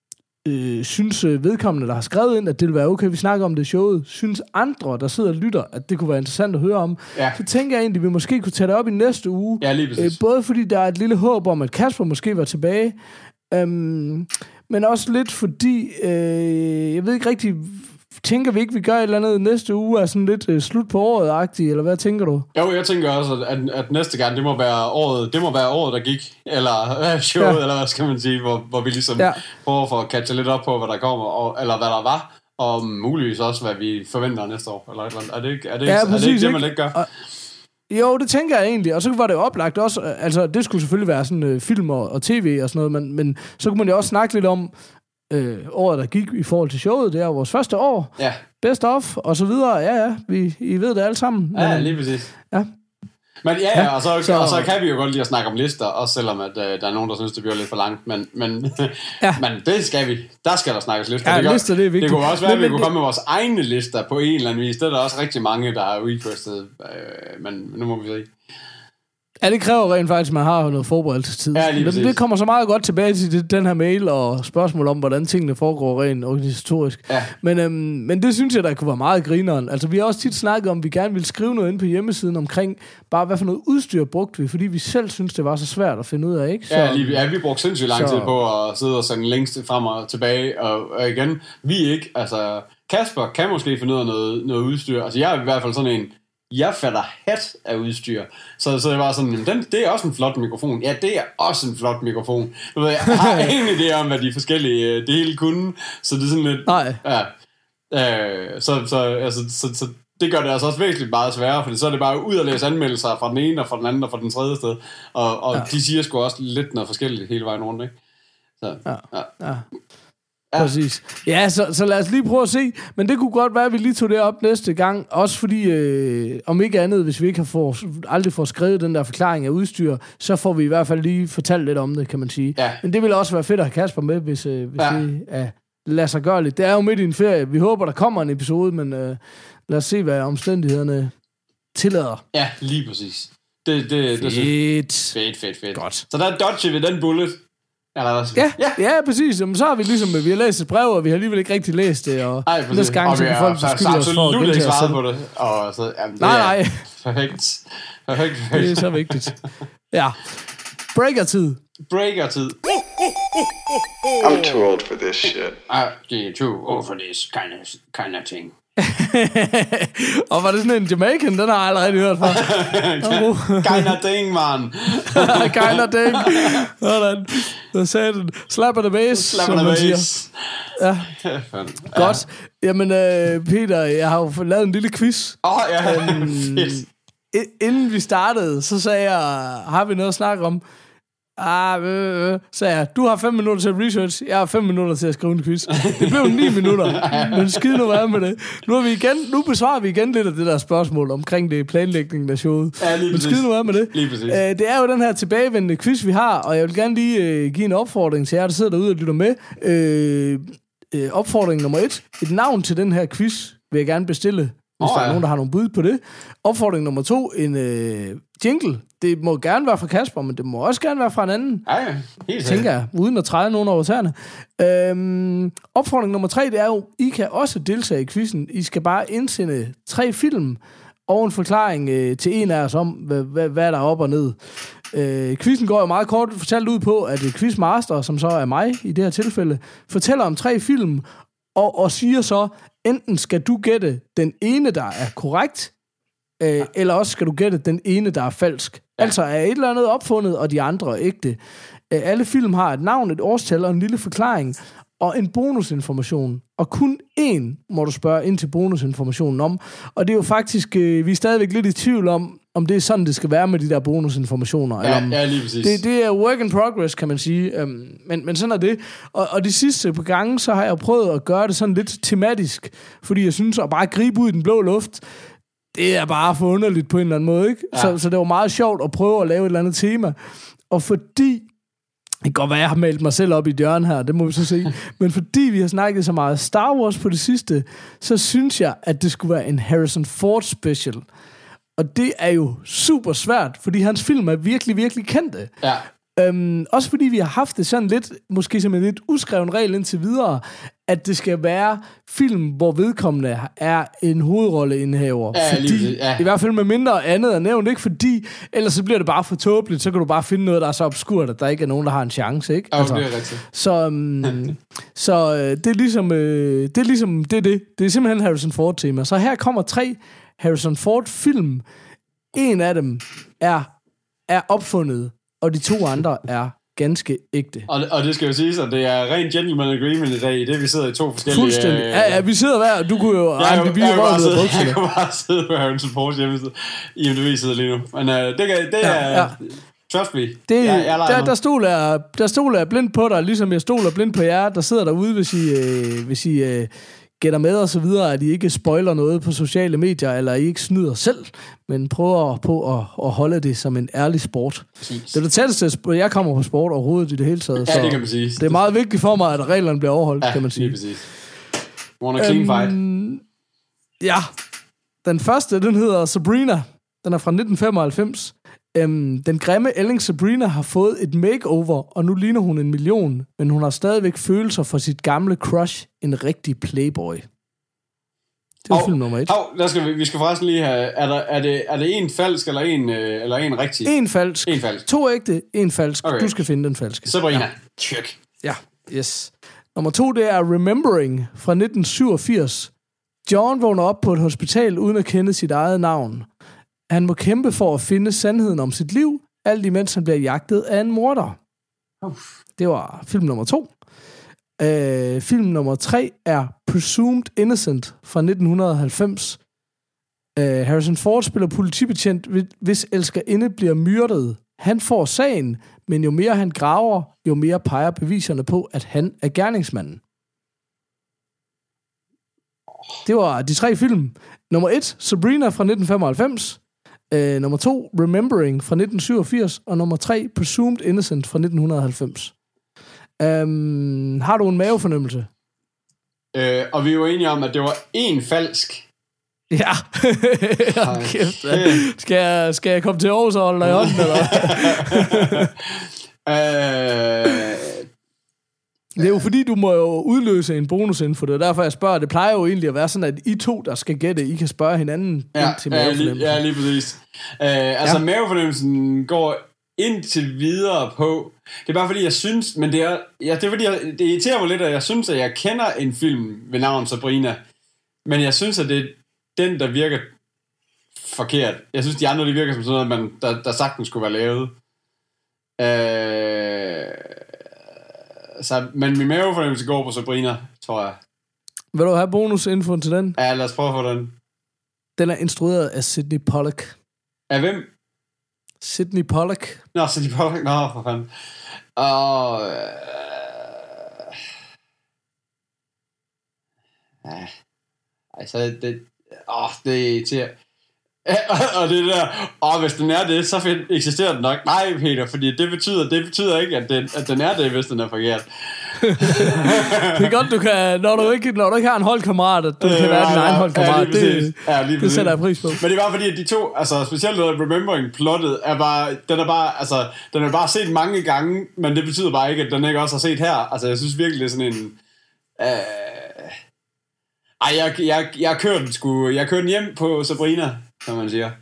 øh, synes vedkommende, der har skrevet ind, at det vil være okay, vi snakker om det showet, synes andre, der sidder og lytter, at det kunne være interessant at høre om. Ja. Så tænker jeg egentlig, at vi måske kunne tage det op i næste uge. Ja, lige præcis. Øh, både fordi der er et lille håb om, at Kasper måske var tilbage, øhm, men også lidt fordi, øh, jeg ved ikke rigtig, tænker vi ikke, vi gør et eller andet næste uge, er sådan lidt øh, slut på året-agtigt, eller hvad tænker du? Jo, jeg tænker også, at, at næste gang, det må være året, det må være året, der gik, eller øh, showet, ja. eller hvad skal man sige, hvor, hvor vi ligesom ja. prøver for at catche lidt op på, hvad der kommer, og, eller hvad der var, og muligvis også, hvad vi forventer næste år, eller et eller andet. Er det ikke, er det, ja, ikke, er det ikke det, man ikke gør? Og jo, det tænker jeg egentlig, og så var det jo oplagt også, altså det skulle selvfølgelig være sådan øh, film og, og tv og sådan noget, men, men så kunne man jo også snakke lidt om øh, året, der gik i forhold til showet, det er vores første år, ja. best of, og så videre, ja ja, vi, I ved det alle sammen. Ja, men, lige præcis. Ja. Men ja, ja og, så, så, og så kan vi jo godt lide at snakke om lister, også selvom at, uh, der er nogen, der synes, det bliver lidt for langt, men, men, ja. men det skal vi. Der skal der snakkes lister. Ja, det, lister, det er vigtigt. Det kunne også være, men, at vi men, kunne komme med vores egne lister på en eller anden vis. Det er der også rigtig mange, der har requestet, øh, men nu må vi se. Ja, det kræver rent faktisk, at man har noget forberedelsestid. Ja, lige men det kommer så meget godt tilbage til den her mail og spørgsmål om, hvordan tingene foregår rent organisatorisk. Ja. Men, øhm, men det synes jeg, der kunne være meget grineren. Altså, vi har også tit snakket om, at vi gerne vil skrive noget ind på hjemmesiden omkring, bare hvad for noget udstyr brugte vi, fordi vi selv synes, det var så svært at finde ud af, ikke? Så, ja, lige, ja, vi brugte sindssygt lang så, tid på at sidde og sende links frem og tilbage, og, og igen, vi ikke, altså, Kasper kan måske finde ud af noget, noget udstyr. Altså, jeg er i hvert fald sådan en, jeg fatter hat af udstyr. Så, så jeg var sådan, den, det er også en flot mikrofon. Ja, det er også en flot mikrofon. Du ved, jeg har ingen idé om, hvad de forskellige dele kunne. Så det er sådan lidt... Nej. Ja. Øh, så, så, altså, så, så det gør det altså også virkelig meget sværere, fordi så er det bare ud at læse anmeldelser fra den ene, og fra den anden, og fra den tredje sted. Og, og ja. de siger sgu også lidt noget forskelligt hele vejen rundt, ikke? Så, ja. Ja. ja. Ja. Præcis. Ja, så, så lad os lige prøve at se. Men det kunne godt være, at vi lige tog det op næste gang. Også fordi, øh, om ikke andet, hvis vi ikke har får, aldrig får skrevet den der forklaring af udstyr, så får vi i hvert fald lige fortalt lidt om det, kan man sige. Ja. Men det ville også være fedt at have Kasper med, hvis, øh, hvis ja. det er lad sig gøre lidt. Det er jo midt i en ferie. Vi håber, der kommer en episode, men øh, lad os se, hvad omstændighederne tillader. Ja, lige præcis. Det, det, fedt. Det fedt, fedt, fedt. Godt. Så der dodger vi den bullet. Ja, ja, ja, præcis. Jamen, så har vi ligesom, vi har læst et brev, og vi har alligevel ikke rigtig læst det, og Ej, næste gang, så kan folk beskylde os for at gentage ikke svaret på det. Og så, jamen, det nej, nej. Perfekt. Perfekt, perfekt. Det er så vigtigt. Ja. Breaker-tid. Breaker-tid. I'm too old for this shit. I'm too old for this kind of, kind of thing. Og var det sådan en Jamaican? Den har jeg aldrig hørt fra. Kind of thing, man. Kind of thing. Sådan. Der sagde den. Slap of the bass, Slap of the bass. Ja. Godt. Jamen, øh, Peter, jeg har jo lavet en lille quiz. Åh, oh, ja. Um, inden vi startede, så sagde jeg, har vi noget at snakke om? Ah, øh, øh, sagde jeg, du har fem minutter til research, jeg har fem minutter til at skrive en quiz. Det blev ni minutter, men skide nu være med det. Nu, er vi igen, nu besvarer vi igen lidt af det der spørgsmål omkring det planlægningen af showet. Ja, men skide nu være med det. Lige præcis. Æ, det er jo den her tilbagevendende quiz, vi har, og jeg vil gerne lige øh, give en opfordring til jer, der sidder derude og lytter med. Øh, øh, opfordring nummer et. Et navn til den her quiz vil jeg gerne bestille, hvis oh, der er ja. nogen, der har nogle bud på det. Opfordring nummer to, en øh, jingle. Det må gerne være fra Kasper, men det må også gerne være fra en anden. Ja, ja. Helt tænker jeg, uden at træde nogen over tæerne. Øhm, opfordring nummer tre, det er jo, I kan også deltage i quizzen. I skal bare indsende tre film og en forklaring øh, til en af os om, hvad, hvad, hvad der er op og ned. Øh, quizzen går jo meget kort fortalt ud på, at quizmaster, som så er mig i det her tilfælde, fortæller om tre film, og, og siger så, enten skal du gætte den ene, der er korrekt, øh, eller også skal du gætte den ene, der er falsk. Ja. Altså er et eller andet opfundet, og de andre er ægte. Øh, alle film har et navn, et årstal og en lille forklaring, og en bonusinformation. Og kun én må du spørge ind til bonusinformationen om. Og det er jo faktisk, øh, vi er stadigvæk lidt i tvivl om, om det er sådan, det skal være med de der bonusinformationer. Ja, eller om, ja, lige præcis. Det, det er work in progress, kan man sige. Øhm, men, men sådan er det. Og, og de sidste par gange, så har jeg prøvet at gøre det sådan lidt tematisk, fordi jeg synes, at bare gribe ud i den blå luft, det er bare for underligt på en eller anden måde, ikke? Ja. Så, så det var meget sjovt at prøve at lave et eller andet tema. Og fordi det kan godt være, jeg har malet mig selv op i døren her, det må vi så se. Men fordi vi har snakket så meget Star Wars på det sidste, så synes jeg, at det skulle være en Harrison Ford special. Og det er jo super svært, fordi hans film er virkelig, virkelig kendte. Ja. Øhm, også fordi vi har haft det sådan lidt, måske som en lidt uskreven regel indtil videre, at det skal være film, hvor vedkommende er en hovedrolleindehaver. Ja, fordi, lige, ja. i hvert fald med mindre andet er nævnt, ikke? Fordi ellers så bliver det bare for tåbeligt, så kan du bare finde noget, der er så obskurt, at der ikke er nogen, der har en chance, ikke? Ja, altså, det er rigtigt. Så, um, så øh, det er ligesom, øh, det er ligesom, det er det. Det er simpelthen Harrison Ford-tema. Så her kommer tre Harrison Ford-film. En af dem er, er opfundet, og de to andre er ganske ægte. Og, og det skal jo siges, at det er rent gentleman agreement i dag, i det vi sidder i to forskellige... Fuldstændig. Øh, ja, ja, vi sidder hver, du kunne jo... Jeg, jeg, jeg, jeg, bare sidde, jeg kan bare sidde på Harrison Fords hjemmeside. I M D B sidder lige nu. Men øh, det, kan, det er... Ja, ja. Trust me. Det, jeg, jeg der, der, stoler jeg, der stoler jeg blindt på dig, ligesom jeg stoler blindt på jer, der sidder derude, hvis I, øh, hvis I øh, gætter med og så videre, at I ikke spoiler noget på sociale medier, eller I ikke snyder selv, men prøver på at, at holde det som en ærlig sport. Præcis. Det er det tætteste, at jeg kommer på sport overhovedet i det hele taget. Ja, det kan man sige. Det er meget vigtigt for mig, at reglerne bliver overholdt, ja, kan man sige. Ja, præcis. Want a clean fight. Øhm, ja. Den første, den hedder Sabrina. Den er fra nitten femoghalvfems. Øhm, den grimme ælling Sabrina har fået et makeover, og nu ligner hun en million, men hun har stadigvæk følelser for sit gamle crush, en rigtig playboy. Det er hov, film nummer et. Hov, der skal vi, vi skal forresten lige have, er, der, er, det, er det en falsk eller en, øh, eller en rigtig? En falsk. En falsk. To ægte, en falsk. Okay. Du skal finde den falske. Sabrina. Ja. Tjek. Ja, yes. Nummer to, det er Remembering fra nitten syvogfirs. John vågner op på et hospital uden at kende sit eget navn. Han må kæmpe for at finde sandheden om sit liv, alt imens han bliver jagtet af en morder. Uff. Det var film nummer to. Uh, film nummer tre er Presumed Innocent fra nitten halvfems. Uh, Harrison Ford spiller politibetjent, hvis elskerinde bliver myrdet. Han får sagen, men jo mere han graver, jo mere peger beviserne på, at han er gerningsmanden. Det var de tre film. Nummer et, Sabrina fra nitten femoghalvfems. Øh, nummer to, Remembering fra nitten syvogfirs. Og nummer tre, Presumed Innocent fra nitten halvfems. Um, har du en mavefornemmelse? Øh, og vi var enige om, at det var én falsk. Ja. Okay. Skal, jeg, skal jeg komme til Aarhus og holde dig i hånden, eller? øh... Det er jo fordi, du må jo udløse en bonusinfo. Det er derfor, jeg spørger. Det plejer jo egentlig at være sådan, at I to, der skal gætte, I kan spørge hinanden ja, ind til mavefornemmelsen. Ja, lige, ja, lige præcis. Øh, altså, ja. Mavefornemmelsen går indtil videre på. Det er bare fordi, jeg synes, men det er, ja, det er fordi, jeg, det irriterer mig lidt, at jeg synes, at jeg kender en film ved navn Sabrina, men jeg synes, at det er den, der virker forkert. Jeg synes, de andre, de virker som sådan noget, man, der, der sagtens skulle være lavet. Øh, så, men min mavefornemmelse går på Sabrina, tror jeg. Vil du have bonusinfoen til den? Ja, lad os prøve at få den. Den er instrueret af Sidney Pollack. Af hvem? Sidney Pollack. Nå, Sidney Pollack. Nå, for fanden. Og... Øh, ja. Altså, det... Åh, det irriterer. Og det der, åh, hvis den er det, så find, eksisterer den nok. Nej, Peter, fordi det betyder, det betyder ikke, at den, at den er det, hvis den er forkert. Det er godt, du kan, når du ikke, når du ikke har en holdkammerat, at du øh, kan være din egen holdkammerat. Ja, det, ja, det sætter jeg pris på. Men det er bare fordi, at de to, altså specielt Remembering-plottet, er bare, den er bare, altså, den er bare set mange gange, men det betyder bare ikke, at den ikke også har set her. Altså, jeg synes virkelig, det er sådan en... Øh, ej, jeg, jeg, jeg kører den sgu, jeg kører den hjem på Sabrina, som man siger.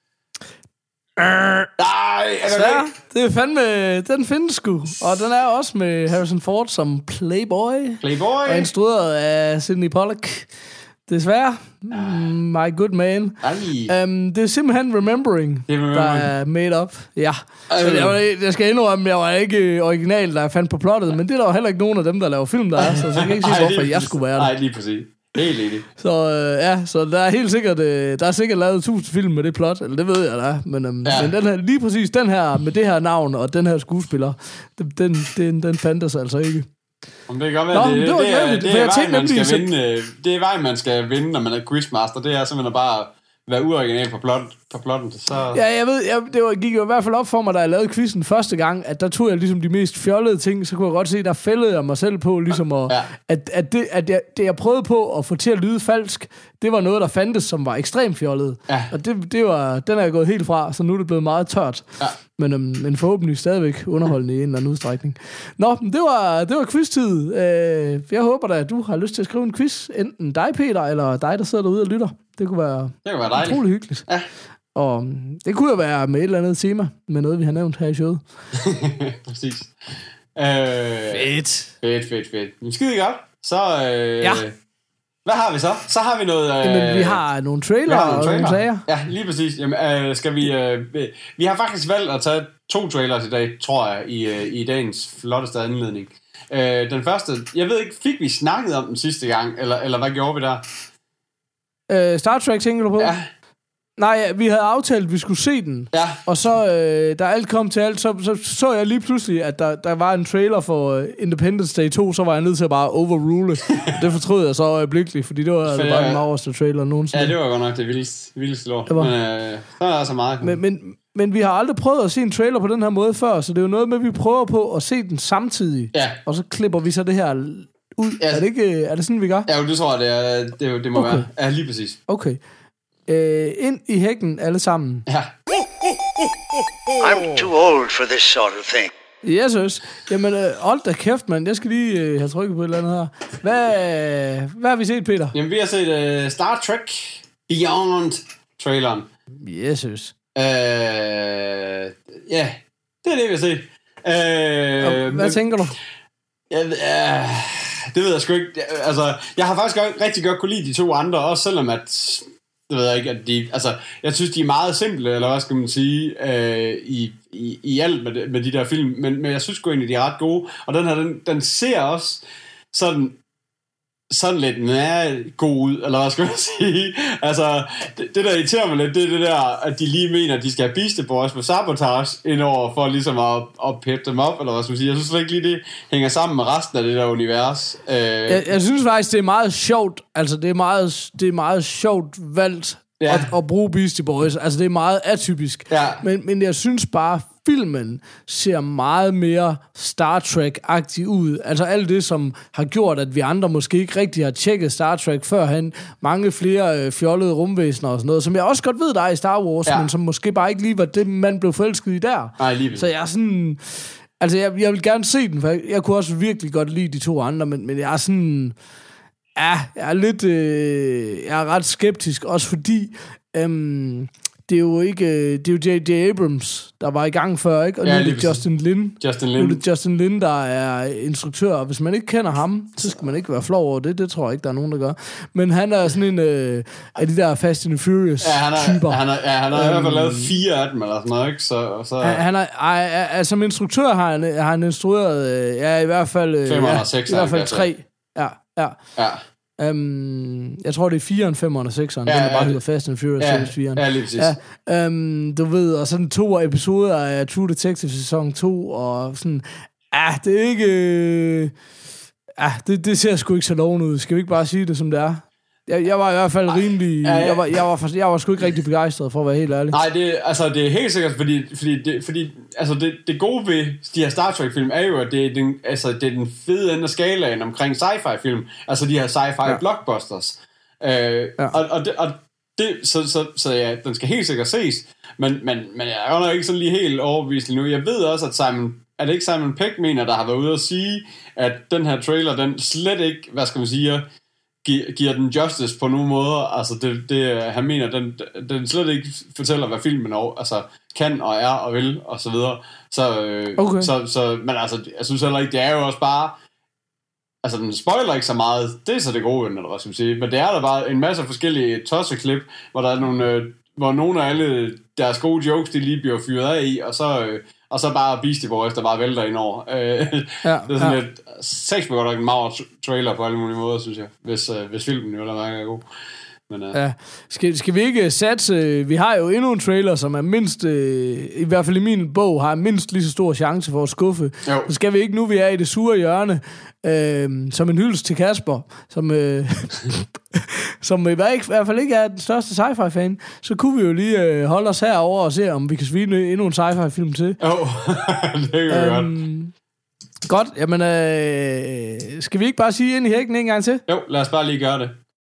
Nej, er det, det er fandme, den findes sgu. Og den er også med Harrison Ford som Playboy. Playboy. Og instrueret af Sidney Pollack. Desværre. Ah. My good man. Um, det er simpelthen Remembering, det er Remembering. der er made up. Ja. Så jeg, jeg skal indrømme, jeg var ikke original, der fandt på plottet, men det er der jo heller ikke nogen af dem, der laver film, der er. Så, så jeg kan ikke sige, hvorfor jeg skulle være der. Nej, lige præcis. Helt enig. Så øh, ja, så der er helt sikkert øh, der er sikkert lavet tusind film med det plot, eller det ved jeg da, men, øhm, ja. men den her, lige præcis den her med det her navn og den her skuespiller, den den den, den fandtes altså ikke. Om det kan godt være, Nå, det, det, det, det, er, det, er vejen, man skal så... vinde, det er vejen, man skal vinde, når man er quizmaster. Det er simpelthen bare være uoriginal på, plot, på plotten. Så... Ja, jeg ved, jeg, det var, gik jo i hvert fald op for mig, da jeg lavede quizzen første gang, at der tog jeg ligesom de mest fjollede ting, så kunne jeg godt se, der fældede jeg mig selv på, ligesom at, ja. at, at, det, at jeg, det, jeg prøvede på at få til at lyde falsk, det var noget, der fandtes, som var ekstremt fjollet. Ja. Og det, det var, den er jeg gået helt fra, så nu er det blevet meget tørt. Ja. Men, øhm, men forhåbentlig stadigvæk underholdende i en eller anden udstrækning. Nå, det var, det var quiz-tid. Øh, jeg håber da, at du har lyst til at skrive en quiz. Enten dig, Peter, eller dig, der sidder derude og lytter. Det kunne være, det kunne være dejligt. Utrolig hyggeligt. Ja. Og det kunne jo være med et eller andet tema, med noget, vi har nævnt her i showet. Præcis. Øh, fedt. Fedt, fedt, fedt. Men skide godt. Så... Øh, ja. Hvad har vi så? Så har vi noget... Øh, Jamen, vi har nogle trailer har nogle og trailer. nogle sager. Ja, lige præcis. Jamen, øh, skal vi... Øh, vi har faktisk valgt at tage to trailers i dag, tror jeg, i, øh, i dagens flotteste anledning. Øh, den første... Jeg ved ikke, fik vi snakket om den sidste gang, eller, eller hvad gjorde vi der? Øh, Star Trek, tænker du på? Ja. Nej, vi havde aftalt, at vi skulle se den. Ja. Og så, øh, da alt kom til alt, så, så så jeg lige pludselig, at der, der var en trailer for uh, Independence Day to, så var jeg nødt til at bare overrule. Det fortrød jeg så øjeblikkeligt, fordi det var altså bare den mavreste trailer nogensinde. Ja, det var godt nok det vildeste, vildeste lort. Men øh, så er der altså meget. Men, men, men vi har aldrig prøvet at se en trailer på den her måde før, så det er jo noget med, at vi prøver på at se den samtidig. Ja. Og så klipper vi så det her ud. Ja. Er det ikke, er det sådan, vi gør? Ja, det tror jeg, det, er, det, det må okay. være. Ja, lige præcis. Okay. Øh, ind i hækken alle sammen. Ja. I'm too old for this sort of thing. Jeg synes. Jamen, øh, hold da kæft, mand. Jeg skal lige øh, have trykket på et eller andet her. Hvad, øh, hvad har vi set, Peter? Jamen, vi har set øh, Star Trek Beyond-traileren. Jesus. Øh, ja, det er det, vi har set. Øh, Og, hvad men, tænker du? Ja, øh, det ved jeg sgu ikke. Altså, jeg har faktisk godt, rigtig godt kunne lide de to andre, også selvom at... Det ved jeg ikke, at de... Altså, jeg synes, de er meget simple, eller hvad skal man sige, øh, i, i, i alt med, med de der film, men, men jeg synes sgu egentlig, de er ret gode. Og den her, den, den ser også sådan... sådan lidt næh, god ud, eller hvad skal man sige? Altså, det, det der irriterer mig lidt, det er det der, at de lige mener, at de skal have Beastie Boys med Sabotage indover, for ligesom at, at peppe dem op, eller hvad skal man sige? Jeg synes slet ikke lige, det hænger sammen med resten af det der univers. Øh. Jeg, jeg synes faktisk, det er meget sjovt, altså det er meget, det er meget sjovt valgt, ja. at, at bruge Beastie Boys. Altså det er meget atypisk. Ja. Men, men jeg synes bare, filmen ser meget mere Star Trek-agtig ud. Altså alt det, som har gjort, at vi andre måske ikke rigtig har tjekket Star Trek førhen. Mange flere øh, fjollede rumvæsener og sådan noget, som jeg også godt ved, der er i Star Wars, ja. men som måske bare ikke lige var det, man blev forelsket i der. Nej, lige Så jeg er sådan... Altså, jeg, jeg vil gerne se den, for jeg, jeg kunne også virkelig godt lide de to andre, men, men jeg er sådan... Ja, jeg er lidt... Øh, jeg er ret skeptisk, også fordi... Øhm, det er jo ikke... Det er jo J J Abrams, der var i gang før, ikke? Og ja, nu er det Justin Lin. Justin Lin. Nu er det Justin Lin, der er instruktør, og hvis man ikke kender ham, så skal man ikke være flov over det. Det tror jeg ikke, der er nogen, der gør. Men han er sådan en øh, af de der Fast and Furious ja, han er, typer. Han er, ja, han har um, i hvert fald lavet fire af dem, eller sådan noget, ikke? Så, så... Han er, ej, ej, som instruktør har han, har han instrueret, øh, ja, i hvert fald... Øh, fem og seks, ja, i hvert fald tre. Ja, ja. Ja. Um, jeg tror, det er fire'eren, fem'eren og seks'eren. Ja, den, der bare ja, hedder Fast and Furious ja, fire'eren. Ja, lige præcis. Ja, um, du ved, og sådan to episoder af True Detective sæson to, og sådan, ah, det er ikke... Øh, ah, det, det ser sgu ikke så lovende ud. Skal vi ikke bare sige det, som det er? Jeg, jeg var i hvert fald rimelig... Ja, ja. Jeg, var, jeg, var, jeg var sgu ikke rigtig begejstret, for at være helt ærlig. Nej, det, altså, det er helt sikkert, fordi, fordi, det, fordi altså, det, det gode ved de her Star Trek-film er jo, at det er den, altså, det er den fede ende af skalaen omkring sci-fi-film. Altså de her sci-fi ja. blockbusters. Øh, ja. Og, og, det, og det, så, så, så ja, den skal helt sikkert ses. Men, men, men jeg er jo nok ikke sådan lige helt overbevist nu. Jeg ved også, at Simon... Er det ikke Simon Pegg mener, der har været ude at sige, at den her trailer, den slet ikke, hvad skal man sige... Gi- giver den justice på nogle måder. Altså det, det han mener den, den slet ikke fortæller hvad filmen er, altså kan og er og vil og så videre. Så, øh, okay. så, så men altså jeg synes heller ikke det er jo også bare altså den spoiler ikke så meget. Det er så det gode, eller hvad skal man sige. Men det er der bare en masse forskellige tosseklip, hvor der er nogle øh, hvor nogle af alle deres gode jokes de lige bliver fyret af i, og så øh, og så bare Beastie Boys, der bare vælter ind over. Øh, ja, det er sådan ja. et seks godt nok en meget trailer på alle mulige måder, synes jeg, hvis, øh, hvis filmen jo eller er god. Men, øh. ja. skal, skal vi ikke satse... Vi har jo endnu en trailer, som er mindst... Øh, i hvert fald i min bog, har mindst lige så stor chance for at skuffe. Jo. Så skal vi ikke, nu vi er i det sure hjørne, øh, som en hyldest til Kasper, som... Øh, som i hvert fald ikke er den største sci-fi-fan, så kunne vi jo lige øh, holde os herover og se, om vi kan svine endnu en sci-fi-film til. Jo, oh, det kan vi øhm, godt. Godt, jamen, øh, skal vi ikke bare sige ind i hækken en gang til? Jo, lad os bare lige gøre det.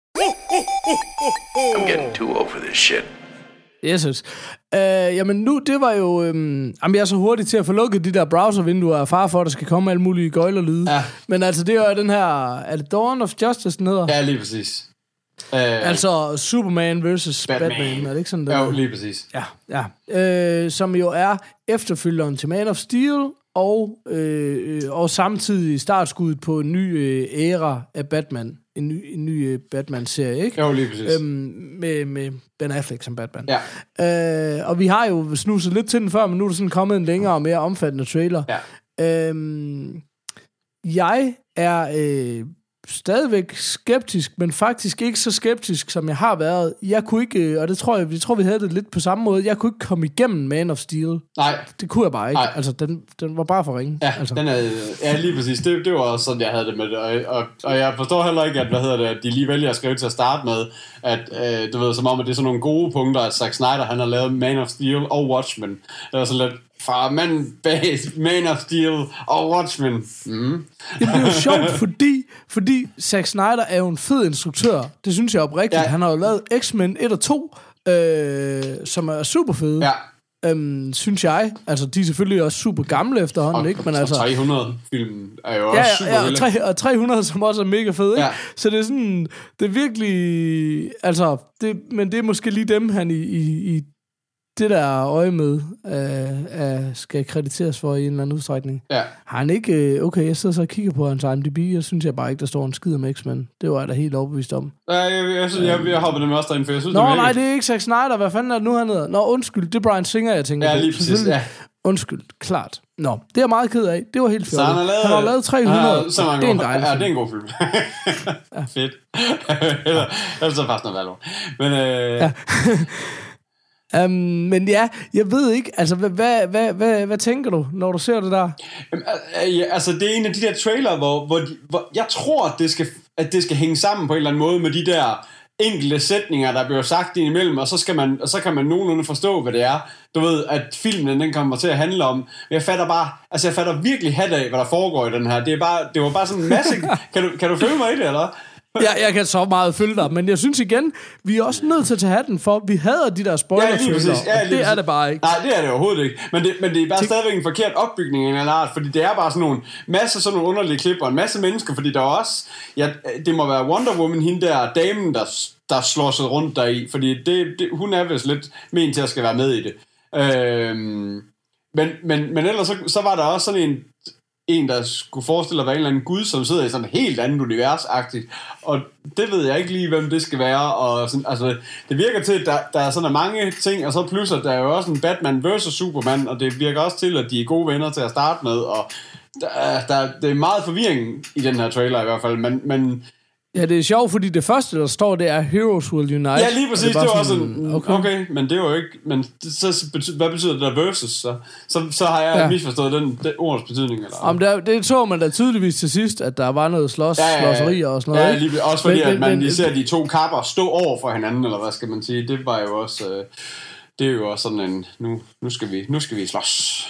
I'm getting too old for this shit. Yes, yes. Øh, jamen nu, det var jo... Øhm, jamen jeg er så hurtig til at få lukket de der browservinduer af far for, at der skal komme alle mulige gøjlerlyde. Ja. Men altså, det er jo den her... Er det Dawn of Justice, den hedder? Ja, lige præcis. Uh, altså Superman versus Batman. Batman, er det ikke sådan det? Jo, lige præcis. Ja, ja. Uh, som jo er efterfølgeren til Man of Steel, og, uh, og samtidig startskuddet på en ny uh, æra af Batman. En ny, en ny uh, Batman-serie, ikke? Jo, lige præcis. Um, med, med Ben Affleck som Batman. Ja. Uh, og vi har jo snuset lidt til den før, men nu er der sådan kommet en længere og mere omfattende trailer. Ja. Um, jeg er... Uh, stadigvæk skeptisk, men faktisk ikke så skeptisk, som jeg har været. Jeg kunne ikke, og det tror jeg, vi tror, vi havde det lidt på samme måde, jeg kunne ikke komme igennem Man of Steel. Nej. Det kunne jeg bare ikke. Nej. Altså, den, den var bare for ringe. Ja, altså. den er, ja, lige præcis. Det, det var også sådan, jeg havde det med det. Og, og, og jeg forstår heller ikke, at, hvad hedder det, at de lige vælger at skrive til at starte med, at øh, du ved, som om, at det er sådan nogle gode punkter, at Zack Snyder, han har lavet Man of Steel og Watchmen. Det var sådan lidt, fra manden bag Man of Steel og Watchmen. Mm. Det er jo sjovt, fordi, fordi Zack Snyder er jo en fed instruktør. Det synes jeg oprigtigt. Ja. Han har jo lavet X-Men et og to, øh, som er super fede. Ja. Øhm, synes jeg. Altså, de er selvfølgelig også super gamle efterhånden, og, ikke? Men altså tre hundrede filmen er jo ja, også super ja, og, tre, og tre hundrede, som også er mega fede, ikke? Ja. Så det er sådan, det er virkelig, altså, det, men det er måske lige dem, han i, i, i det der øje med, øh, øh, skal krediteres for i en eller anden udstrækning. Ja. Har han ikke, øh, okay, jeg sidder så og kigger på hans I M D B, jeg synes jeg bare ikke, der står en skid om X-Men. Det var jeg da helt overbevist om. Ja, jeg, jeg, jeg, jeg, jeg hopper dem også derind, for jeg synes, Nå, det er nej, det er ikke Zack Snyder, hvad fanden er det nu, han hedder? Nå, undskyld, det er Bryan Singer, jeg tænker ja, på. Lige præcis, ja. Undskyld, klart. Nå, det er jeg meget ked af. Det var helt fjollet. Så han har lavet, han har lavet tre hundrede. Ja, så mange det er en gode, dejlig ja, film. det er en god film. Ja. Fedt. Eller, ellers så faktisk noget valg. Men øh, ja. um, men ja, jeg ved ikke, altså, hvad, hvad, hvad, hvad, hvad tænker du, når du ser det der? Jamen, ja, altså, det er en af de der trailer, hvor, hvor, de, hvor jeg tror, at det, skal, at det skal hænge sammen på en eller anden måde med de der enkelte sætninger, der bliver sagt indimellem, og så, skal man, og så kan man nogenlunde forstå, hvad det er. Du ved, at filmen, den kommer til at handle om. Jeg fatter bare, altså jeg fatter virkelig hat af, hvad der foregår i den her. Det, er bare, det var bare sådan en masse... kan, du, kan du følge mig i det, eller? Ja, jeg kan så meget følge dig, men jeg synes igen, vi er også nødt til at tage hatten for, vi hader de der spoiler-følger, ja, ja, det er det bare ikke. Nej, det er det overhovedet ikke, men det, men det er bare stadigvæk en forkert opbygning af en eller art, fordi det er bare sådan nogle, masse sådan nogle underlige klip, og en masse mennesker, fordi der er også, ja, det må være Wonder Woman, hende der damen, der, der slår sig rundt deri, fordi det, det, hun er vist lidt ment til at skal være med i det. Øhm, men, men, men ellers så, så var der også sådan en, en, der skulle forestille at være en eller anden gud, som sidder i sådan et helt andet univers-agtigt. Og det ved jeg ikke lige, hvem det skal være. Og sådan, altså, det virker til, at der, der er sådan mange ting, og så plus, at der er jo også en Batman versus Superman, og det virker også til, at de er gode venner til at starte med. Og der, der, det er meget forvirring i den her trailer i hvert fald, men... men ja, det er sjovt, fordi det første, der står, det er Heroes Will Unite. Ja, lige præcis, det, det var sådan, også sådan, okay. okay, men det var jo ikke, men det, så betyder, hvad betyder det der versus, så, så, så har jeg ja. misforstået den, den ordets betydning. Eller? Om der, det så man da tydeligvis til sidst, at der var noget slås, ja, ja, ja. slåserier og sådan noget. Ja, lige, også fordi, men, at man men, lige ser de to kapper stå over for hinanden, eller hvad skal man sige, det var jo også, øh, det er jo også sådan en, nu, nu, skal, vi, nu skal vi slås.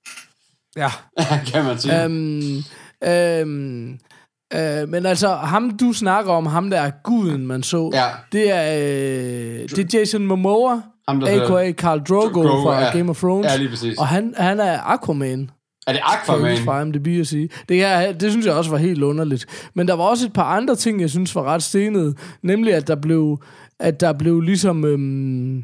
Ja. Kan man sige. Øhm, øhm, Øh, men altså, ham du snakker om, ham der er guden, man så, ja. det er øh, det er Jason Momoa, ham, a k a. Khal Drogo Drogo, fra ja. Game of Thrones. Ja, lige præcis. Og han, han er Aquaman. Er det Aquaman? Fra M D B at sige. Det, er, det synes jeg også var helt underligt. Men der var også et par andre ting, jeg synes var ret stenede. Nemlig, at der blev, at der blev ligesom... Øhm,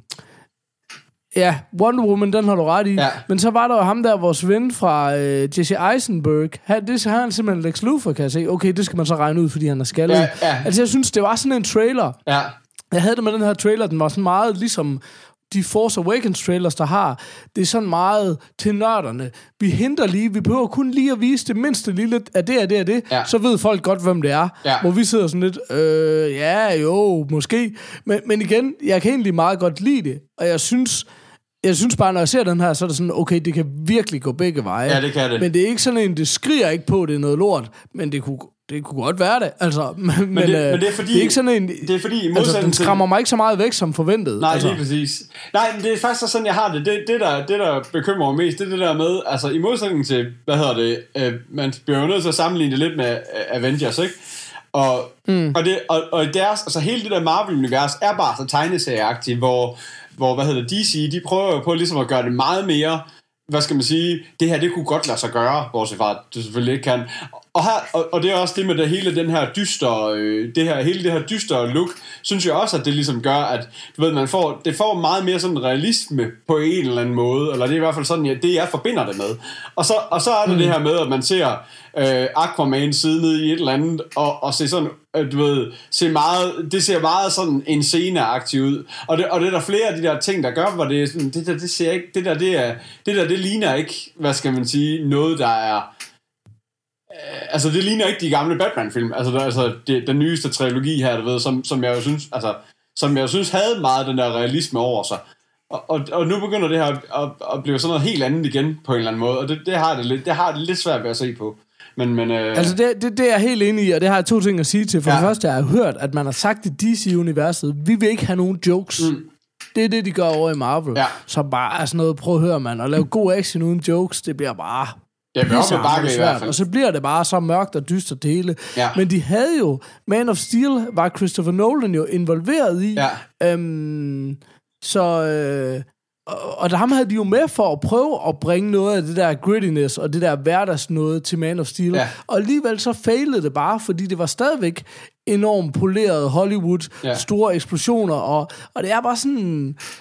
ja, Wonder Woman, den har du ret i. Ja. Men så var der jo ham der, vores ven fra øh, Jesse Eisenberg. Han, det har han simpelthen Lex Luthor, kan jeg se. Okay, det skal man så regne ud, fordi han er skaldet. Ja, ja. Altså, jeg synes, det var sådan en trailer. Ja. Jeg havde det med den her trailer, den var sådan meget ligesom de Force Awakens trailers, der har. Det er sådan meget til nørderne. Vi henter lige, vi behøver kun lige at vise det mindste lille, at det er det er det, ja. så ved folk godt, hvem det er. Ja. Hvor vi sidder sådan lidt, øh, ja, jo, måske. Men, men igen, jeg kan egentlig meget godt lide det, og jeg synes... Jeg synes bare, når jeg ser den her, så er det sådan, okay, det kan virkelig gå begge veje. Ja, det kan det. Men det er ikke sådan en, det skriger ikke på, det er noget lort, men det kunne, det kunne godt være det. Altså, men, men, men, det, øh, men det er fordi... Det er ikke sådan en... Det er fordi, i altså, den skræmmer mig ikke så meget væk, som forventet. Nej, altså. lige præcis. Nej, men det er faktisk sådan, jeg har det. Det, det, der, det der bekymrer mig mest, det er det der med, altså i modsætning til, hvad hedder det, øh, man bliver jo nødt til at sammenligne det lidt med uh, Avengers, ikke? Og, mm. og, det, og, og deres, altså hele det der Marvel-univers er bare så tegneserieagtigt, hvor... hvor, hvad hedder det, D C, de prøver jo på ligesom at gøre det meget mere, hvad skal man sige, det her, det kunne godt lade sig gøre, bortset fra, at det selvfølgelig ikke kan. Og, her, og, og det er også det med det hele den her dyster, øh, det her, hele det her dyster look, synes jeg også, at det ligesom gør, at du ved, man får, det får meget mere sådan realisme på en eller anden måde, eller det er i hvert fald sådan, ja, det jeg forbinder det med. Og så, og så er det mm. det her med, at man ser øh, Aquaman sidde nede i et eller andet, og, og se sådan, øh, du ved, se meget, det ser meget sådan en sceneagtigt ud. Og det, og det er der flere af de der ting, der gør, hvor det er sådan, det der, det ser ikke, det der, det er, det der, det ligner ikke, hvad skal man sige, noget, der er, altså det ligner ikke de gamle Batman-film, altså, der, altså det, den nyeste trilogi her, du ved, som, som jeg jo synes, altså, som jeg jo synes havde meget den der realisme over sig. Og, og, og nu begynder det her at, at blive sådan noget helt andet igen på en eller anden måde, og det, det har det lidt, det har det lidt svært ved at se på. Men, men, øh... Altså det, det, det er jeg helt enig i, og det har jeg to ting at sige til. For ja. det første, jeg har hørt, at man har sagt i D C-universet, vi vil ikke have nogen jokes. Mm. Det er det, de gør over i Marvel. Ja. Så bare er sådan noget, prøv at høre, man, at lave god action uden jokes, det bliver bare... Det bliver også bakke i hvert fald. Og så bliver det bare så mørkt og dystert det hele. Ja. Men de havde jo, Man of Steel var Christopher Nolan jo involveret i. Ja. Øhm, så... Øh, og, og der ham havde de jo med for at prøve at bringe noget af det der grittiness og det der hverdagsnåde til Man of Steel. Ja. Og alligevel så failede det bare, fordi det var stadigvæk enormt poleret Hollywood, ja. store eksplosioner, og, og det er bare sådan...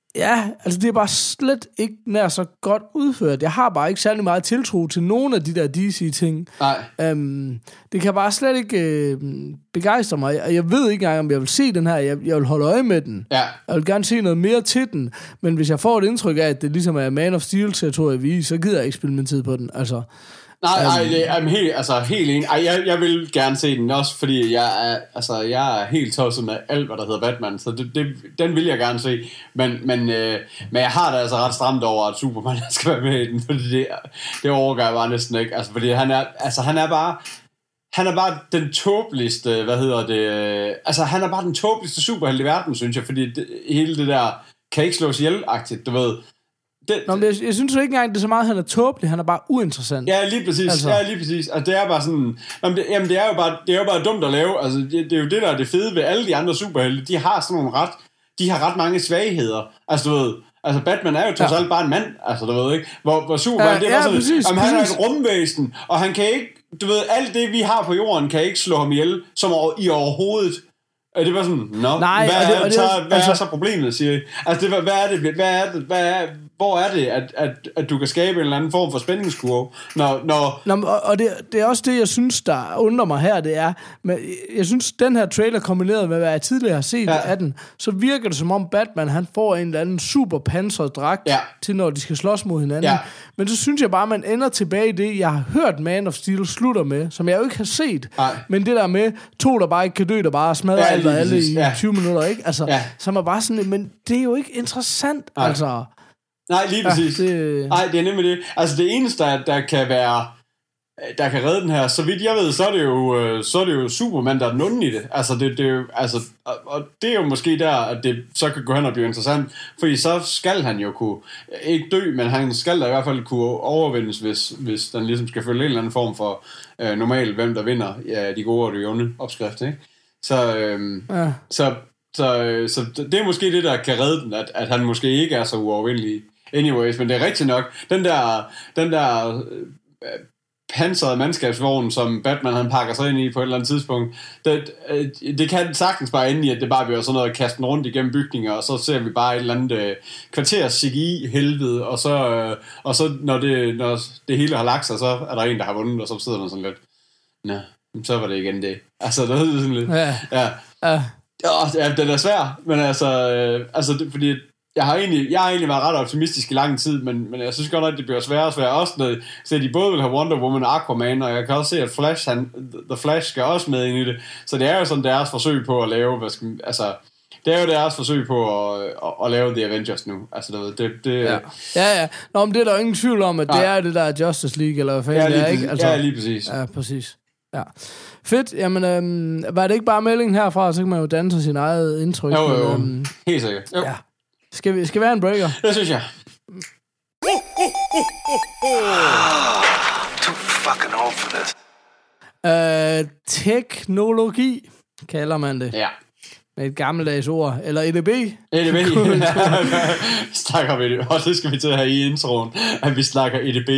Ja, altså det er bare slet ikke nær så godt udført. Jeg har bare ikke særlig meget tiltro til nogen af de der D C-ting. Nej. Um, det kan bare slet ikke øh, begejstre mig. Og jeg ved ikke engang, om jeg vil se den her. Jeg, jeg vil holde øje med den. Ja. Jeg vil gerne se noget mere til den. Men hvis jeg får et indtryk af, at det ligesom er Man of Steel-territoriet, vi så gider jeg ikke spille min tid på den. Altså... Nej, nej, det er helt, altså, helt enig. Ej, jeg, jeg vil gerne se den også, fordi jeg er, altså, jeg er helt tosset med alt, hvad der hedder Batman, så det, det, den vil jeg gerne se. Men, men, øh, men jeg har det altså ret stramt over, at Superman skal være med i den, fordi det, det overgår jeg bare næsten ikke. Altså, fordi han er, altså, han er bare... Han er bare den tåbeligste, hvad hedder det... Altså, han er bare den tåbeligste superhelt i verden, synes jeg, fordi det, hele det der kan ikke slås ihjel-agtigt, du ved... Det, Nå, men jeg, jeg synes jo ikke engang, det er så meget, han er tåbelig. Han er bare uinteressant. Ja, lige præcis. Altså. Ja, lige præcis. Altså, det er bare sådan... Jamen, det, jamen, det er jo bare, det er jo bare dumt at lave. Altså, det, det er jo det, der er det fede ved alle de andre superhelte. De har sådan nogle ret... De har ret mange svagheder. Altså, du ved... Altså, Batman er jo trods alt ja. bare en mand. Altså, du ved ikke... Hvor, hvor Superman, ja, det er bare ja, sådan... Præcis, jamen, han er præcis. et rumvæsen, og han kan ikke... Du ved, alt det, vi har på jorden, kan ikke slå ham ihjel, som i overhovedet... Er det bare sådan, nå, Nej, hvad, det, er, det, så, altså, hvad er så problemet, siger I? Altså, det, hvad er det, hvad er det, hvad er, hvor er det, at, at, at du kan skabe en eller anden form for spændingskurve, når... når Nå, og og det, det er også det, jeg synes, der undrer mig her, det er, men jeg synes, den her trailer kombineret med, hvad jeg tidligere har set ja. af den, så virker det som om Batman, han får en eller anden super pansret dragt ja. til, når de skal slås mod hinanden. Ja. Men så synes jeg bare, man ender tilbage i det, jeg har hørt Man of Steel slutter med, som jeg jo ikke har set. Nej. Men det der med, to der bare ikke kan dø, der bare smadrer ja, alt og alle i ja. tyve minutter, ikke? Altså, ja. så er man bare sådan, men det er jo ikke interessant, Nej. altså. Nej, lige præcis. Ja, det... Nej, det er nemlig det. Altså, det eneste, der, der kan være... der kan redde den her, så vidt jeg ved, så er det jo, så er det jo Superman, der er den onde i det. Altså, det, det er jo, altså, og det er jo måske der, at det så kan gå hen og blive interessant, fordi så skal han jo kunne, ikke dø, men han skal da i hvert fald kunne overvindes, hvis, hvis den ligesom skal følge en eller anden form for øh, normal, hvem der vinder ja, de gode og de onde opskrifter, ikke? Så, øh, ja. så, så, så det er måske det, der kan redde den, at, at han måske ikke er så uovervindelig anyways, men det er rigtigt nok, den der, den der øh, pansrede mandskabsvogn, som Batman han pakker sig ind i på et eller andet tidspunkt, det, det kan sagtens bare ende i, at det bare bliver sådan noget at kaste den rundt igennem bygninger, og så ser vi bare et eller andet øh, kvarters C G I-helvede, og så, øh, og så når, det, når det hele har lagt sig, så er der en, der har vundet, og så sidder man sådan lidt, nå, så var det igen det. Altså, det er sådan lidt, ja. ja. ja. ja den er svær, men altså, øh, altså det, fordi Jeg har, egentlig, jeg har egentlig været ret optimistisk i lang tid, men, men jeg synes godt nok, at det bliver sværere og sværere. Også når, så de både vil have Wonder Woman og Aquaman, og jeg kan også se, at Flash, han, The Flash skal også med ind i det. Så det er jo sådan deres forsøg på at lave, hvad skal, altså, det er jo deres forsøg på at, at, at lave The Avengers nu. Altså, det, det, det ja. ja, ja. Nå, men det er der jo ingen tvivl om, at nej. det er det der Justice League, eller hvad fanden ja, det er, ikke? Altså, ja, lige præcis. Ja, præcis. Ja. Fedt. Jamen, øhm, var det ikke bare meldingen herfra, så kan man jo danne sig sin eget indtryk. Jo, jo, jo. Men, øhm, helt sikkert. Jo. Ja. Skal vi, skal vi have en breaker? Det synes jeg. Too fucking old for this. Uh, teknologi, kalder man det. Ja. Med et gammeldags ord. Eller E D B. E D B. Snakker vi det. Og det skal vi til her i introen, at vi snakker E D B.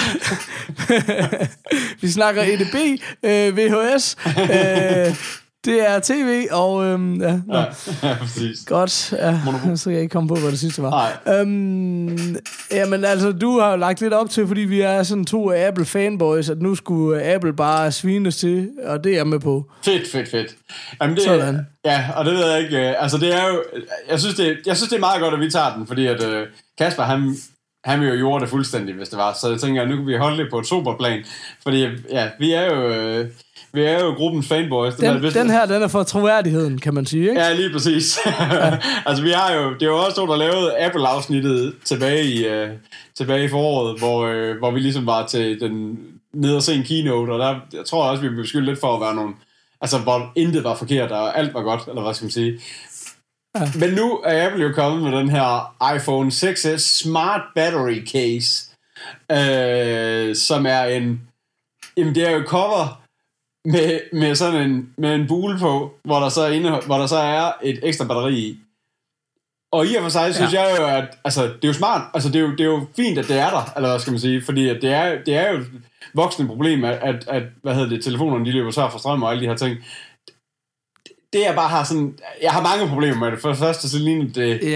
Vi snakker E D B, øh, V H S, øh, det er tv, og øhm, ja, ja, ja, præcis. Godt, ja, så kan jeg ikke komme på, hvad det sidste var. Nej. Øhm, jamen altså, du har jo lagt lidt op til, fordi vi er sådan to Apple-fanboys, at nu skulle Apple bare svines til, og det er jeg med på. Fedt, fedt, fedt. Jamen, det, sådan. Ja, og det ved jeg ikke, altså det er jo, jeg synes det, jeg synes det er meget godt, at vi tager den, fordi at uh, Kasper, han, han vil jo gjorde det fuldstændig, hvis det var, så jeg tænker, at nu kan vi holde det på et superplan, fordi ja, vi er jo... Uh, Vi er jo gruppens fanboys. Den, den, den her, den er for troværdigheden, kan man sige, ikke? Ja, lige præcis. Ja. Altså, vi har jo... Det er jo også to, der lavede Apple-afsnittet tilbage i, uh, tilbage i foråret, hvor, uh, hvor vi ligesom var til den nede og se en keynote, og der jeg tror også, vi blev beskyldt lidt for at være nogle... Altså, hvor intet var forkert, og alt var godt, eller hvad skal man sige. Ja. Men nu er Apple jo kommet med den her iPhone seks S Smart Battery Case, uh, som er en... Jamen, det er jo cover... Med, med sådan en, med en bule på, hvor der, så er inde, hvor der så er et ekstra batteri i. Og i og for sig synes ja. jeg jo, at altså, det er jo smart. Altså, det er jo, det er jo fint, at det er der, eller hvad skal man sige. Fordi at det, er, det er jo et voksende problem, at, at, at hvad hedder det, telefonerne de løber tør for strøm og alle de her ting. Det jeg bare har sådan... Jeg har mange problemer med det. For det første, så ligner det... Ja.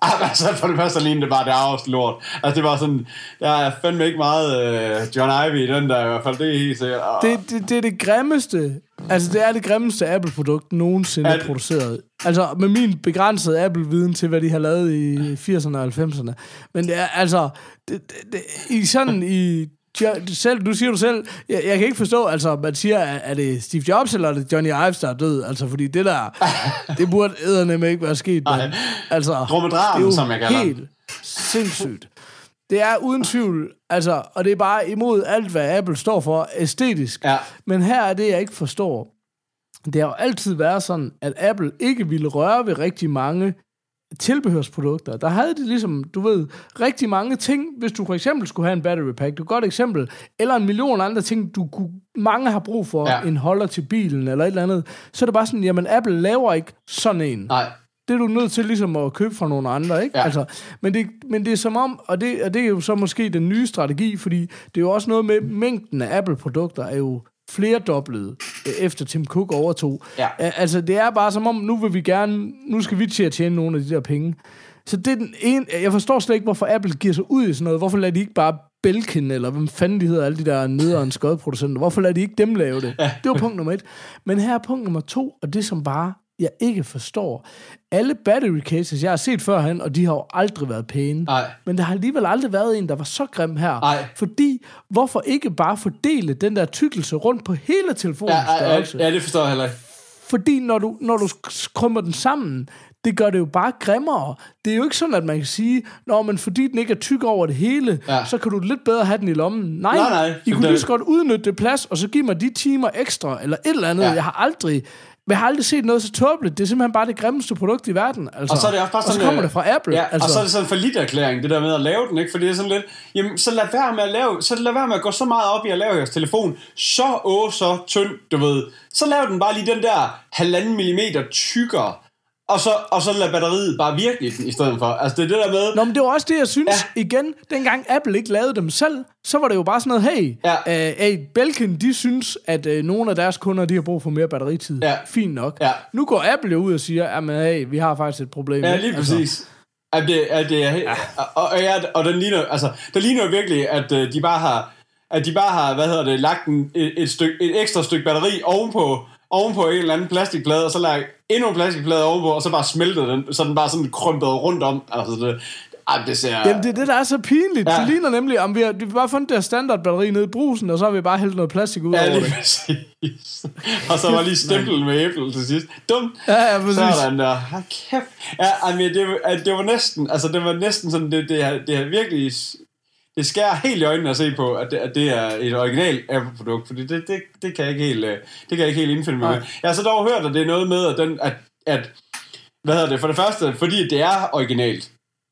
Altså, for det første lignede det bare, det er lort. Altså, det var sådan, der er fandme ikke meget uh, John Ivey i den der, i hvert fald, det er helt sikkert. Det, det, det er det grimmeste, altså det er det grimmeste Apple-produkt nogensinde er produceret. Altså, med min begrænsede Apple-viden til, hvad de har lavet i firserne og halvfemserne. Men det er, altså, det, det, det, i sådan i... Selv, du siger du selv, jeg, jeg kan ikke forstå, altså, man siger, er, er det Steve Jobs, eller er det Johnny Ives, der er død? Altså, fordi det der, det burde eddernemame ikke være sket. Men, altså, Dromedraren, som jeg kalder helt sindssygt. Det er uden tvivl, altså, og det er bare imod alt, hvad Apple står for, æstetisk. Ja. Men her er det, jeg ikke forstår. Det har jo altid været sådan, at Apple ikke ville røre ved rigtig mange tilbehørsprodukter. Der havde de ligesom, du ved, rigtig mange ting, hvis du for eksempel skulle have en battery pack, det er et godt eksempel, eller en million andre ting, du kunne, mange har brug for, ja. En holder til bilen, eller et eller andet, så er det bare sådan, jamen Apple laver ikke sådan en. Nej. Det er du nødt til ligesom at købe fra nogle andre, ikke? Ja. Altså, men, det, men det er som om, og det, og det er jo så måske den nye strategi, fordi det er jo også noget med, mængden af Apple-produkter er jo flerdoblet, efter Tim Cook overtog. Ja. Altså, det er bare som om, nu vil vi gerne, nu skal vi til at tjene nogle af de der penge. Så det er den ene, jeg forstår slet ikke, hvorfor Apple giver sig ud i sådan noget. Hvorfor lader de ikke bare Belkin, eller hvem fanden de hedder, alle de der nederen skodproducenter, hvorfor lader de ikke dem lave det? Ja. Det var punkt nummer et. Men her er punkt nummer to, og det som bare, jeg ikke forstår. Alle battery cases, jeg har set førhen, og de har jo aldrig været pæne. Nej. Men der har alligevel aldrig været en, der var så grim her. Nej. Fordi, hvorfor ikke bare fordele den der tykkelse rundt på hele telefonen? Ja, ja, ja, det forstår jeg heller ikke. Fordi når du, når du krummer den sammen, det gør det jo bare grimmere. Det er jo ikke sådan, at man kan sige, nå, men fordi den ikke er tyk over det hele, ja. Så kan du lidt bedre have den i lommen. Nej, nej, nej I kunne det... lige så godt udnytte det plads, og så give mig de timer ekstra, eller et eller andet. Ja. Jeg har aldrig... Jeg har aldrig set noget så tåbeligt. Det er simpelthen bare det grimmeste produkt i verden. Altså. Og så er det også bare sådan, og så kommer det fra Apple. Ja, altså. Og så er det sådan en forlitterklæring, det der med at lave den, ikke? Fordi det er sådan lidt, jamen, så lad være med at lave, så lad være med at gå så meget op i at lave jeres telefon så åh, så tynd, du ved. Så lav den bare lige den der halvanden millimeter tykkere, og så, og så lad batteriet bare virke i den i stedet for. Altså det er det der med... Nå, men det var også det, jeg synes, ja. Igen, dengang Apple ikke lavede dem selv, så var det jo bare sådan noget, hey, ja. øh, hey Belkin, de synes, at øh, nogle af deres kunder, de har brug for mere batteritid. Ja. Fint nok. Ja. Nu går Apple jo ud og siger, jamen hey, vi har faktisk et problem. Ja, lige præcis. Altså. At det, at det er, ja. og, og, ja, og den ligner, altså, der ligner jo virkelig, at uh, de bare har, at de bare har, hvad hedder det, lagt en, et, et, stykke, et ekstra stykke batteri ovenpå, ovenpå en eller anden plastikplade, og så lagt endnu en plastikplade ovenpå, og så bare smeltet den, så den bare sådan krympet rundt om. Altså det, ej, det ser... Jamen, det er det, der er så pinligt. Ja. Det ligner nemlig, om vi har, vi har bare fundet det her standardbatteri nede i brusen, og så har vi bare hældt noget plastik ud ja, over det. Ja, præcis. Og så var lige stemplet med æble til sidst. Dum. Ja, ja, præcis. Sådan der. Hold kæft. Ja, I mean, det, det var næsten, altså det var næsten sådan, det, det, har, det har virkelig... Det skærer helt i øjnene at se på, at det, at det er et originalt Apple-produkt, fordi det, det, det kan jeg ikke helt, det kan jeg ikke helt indfinde mig med. Jeg har så dog hørt, at det er noget med, at, den, at, at hvad hedder det, for det første, fordi det er originalt,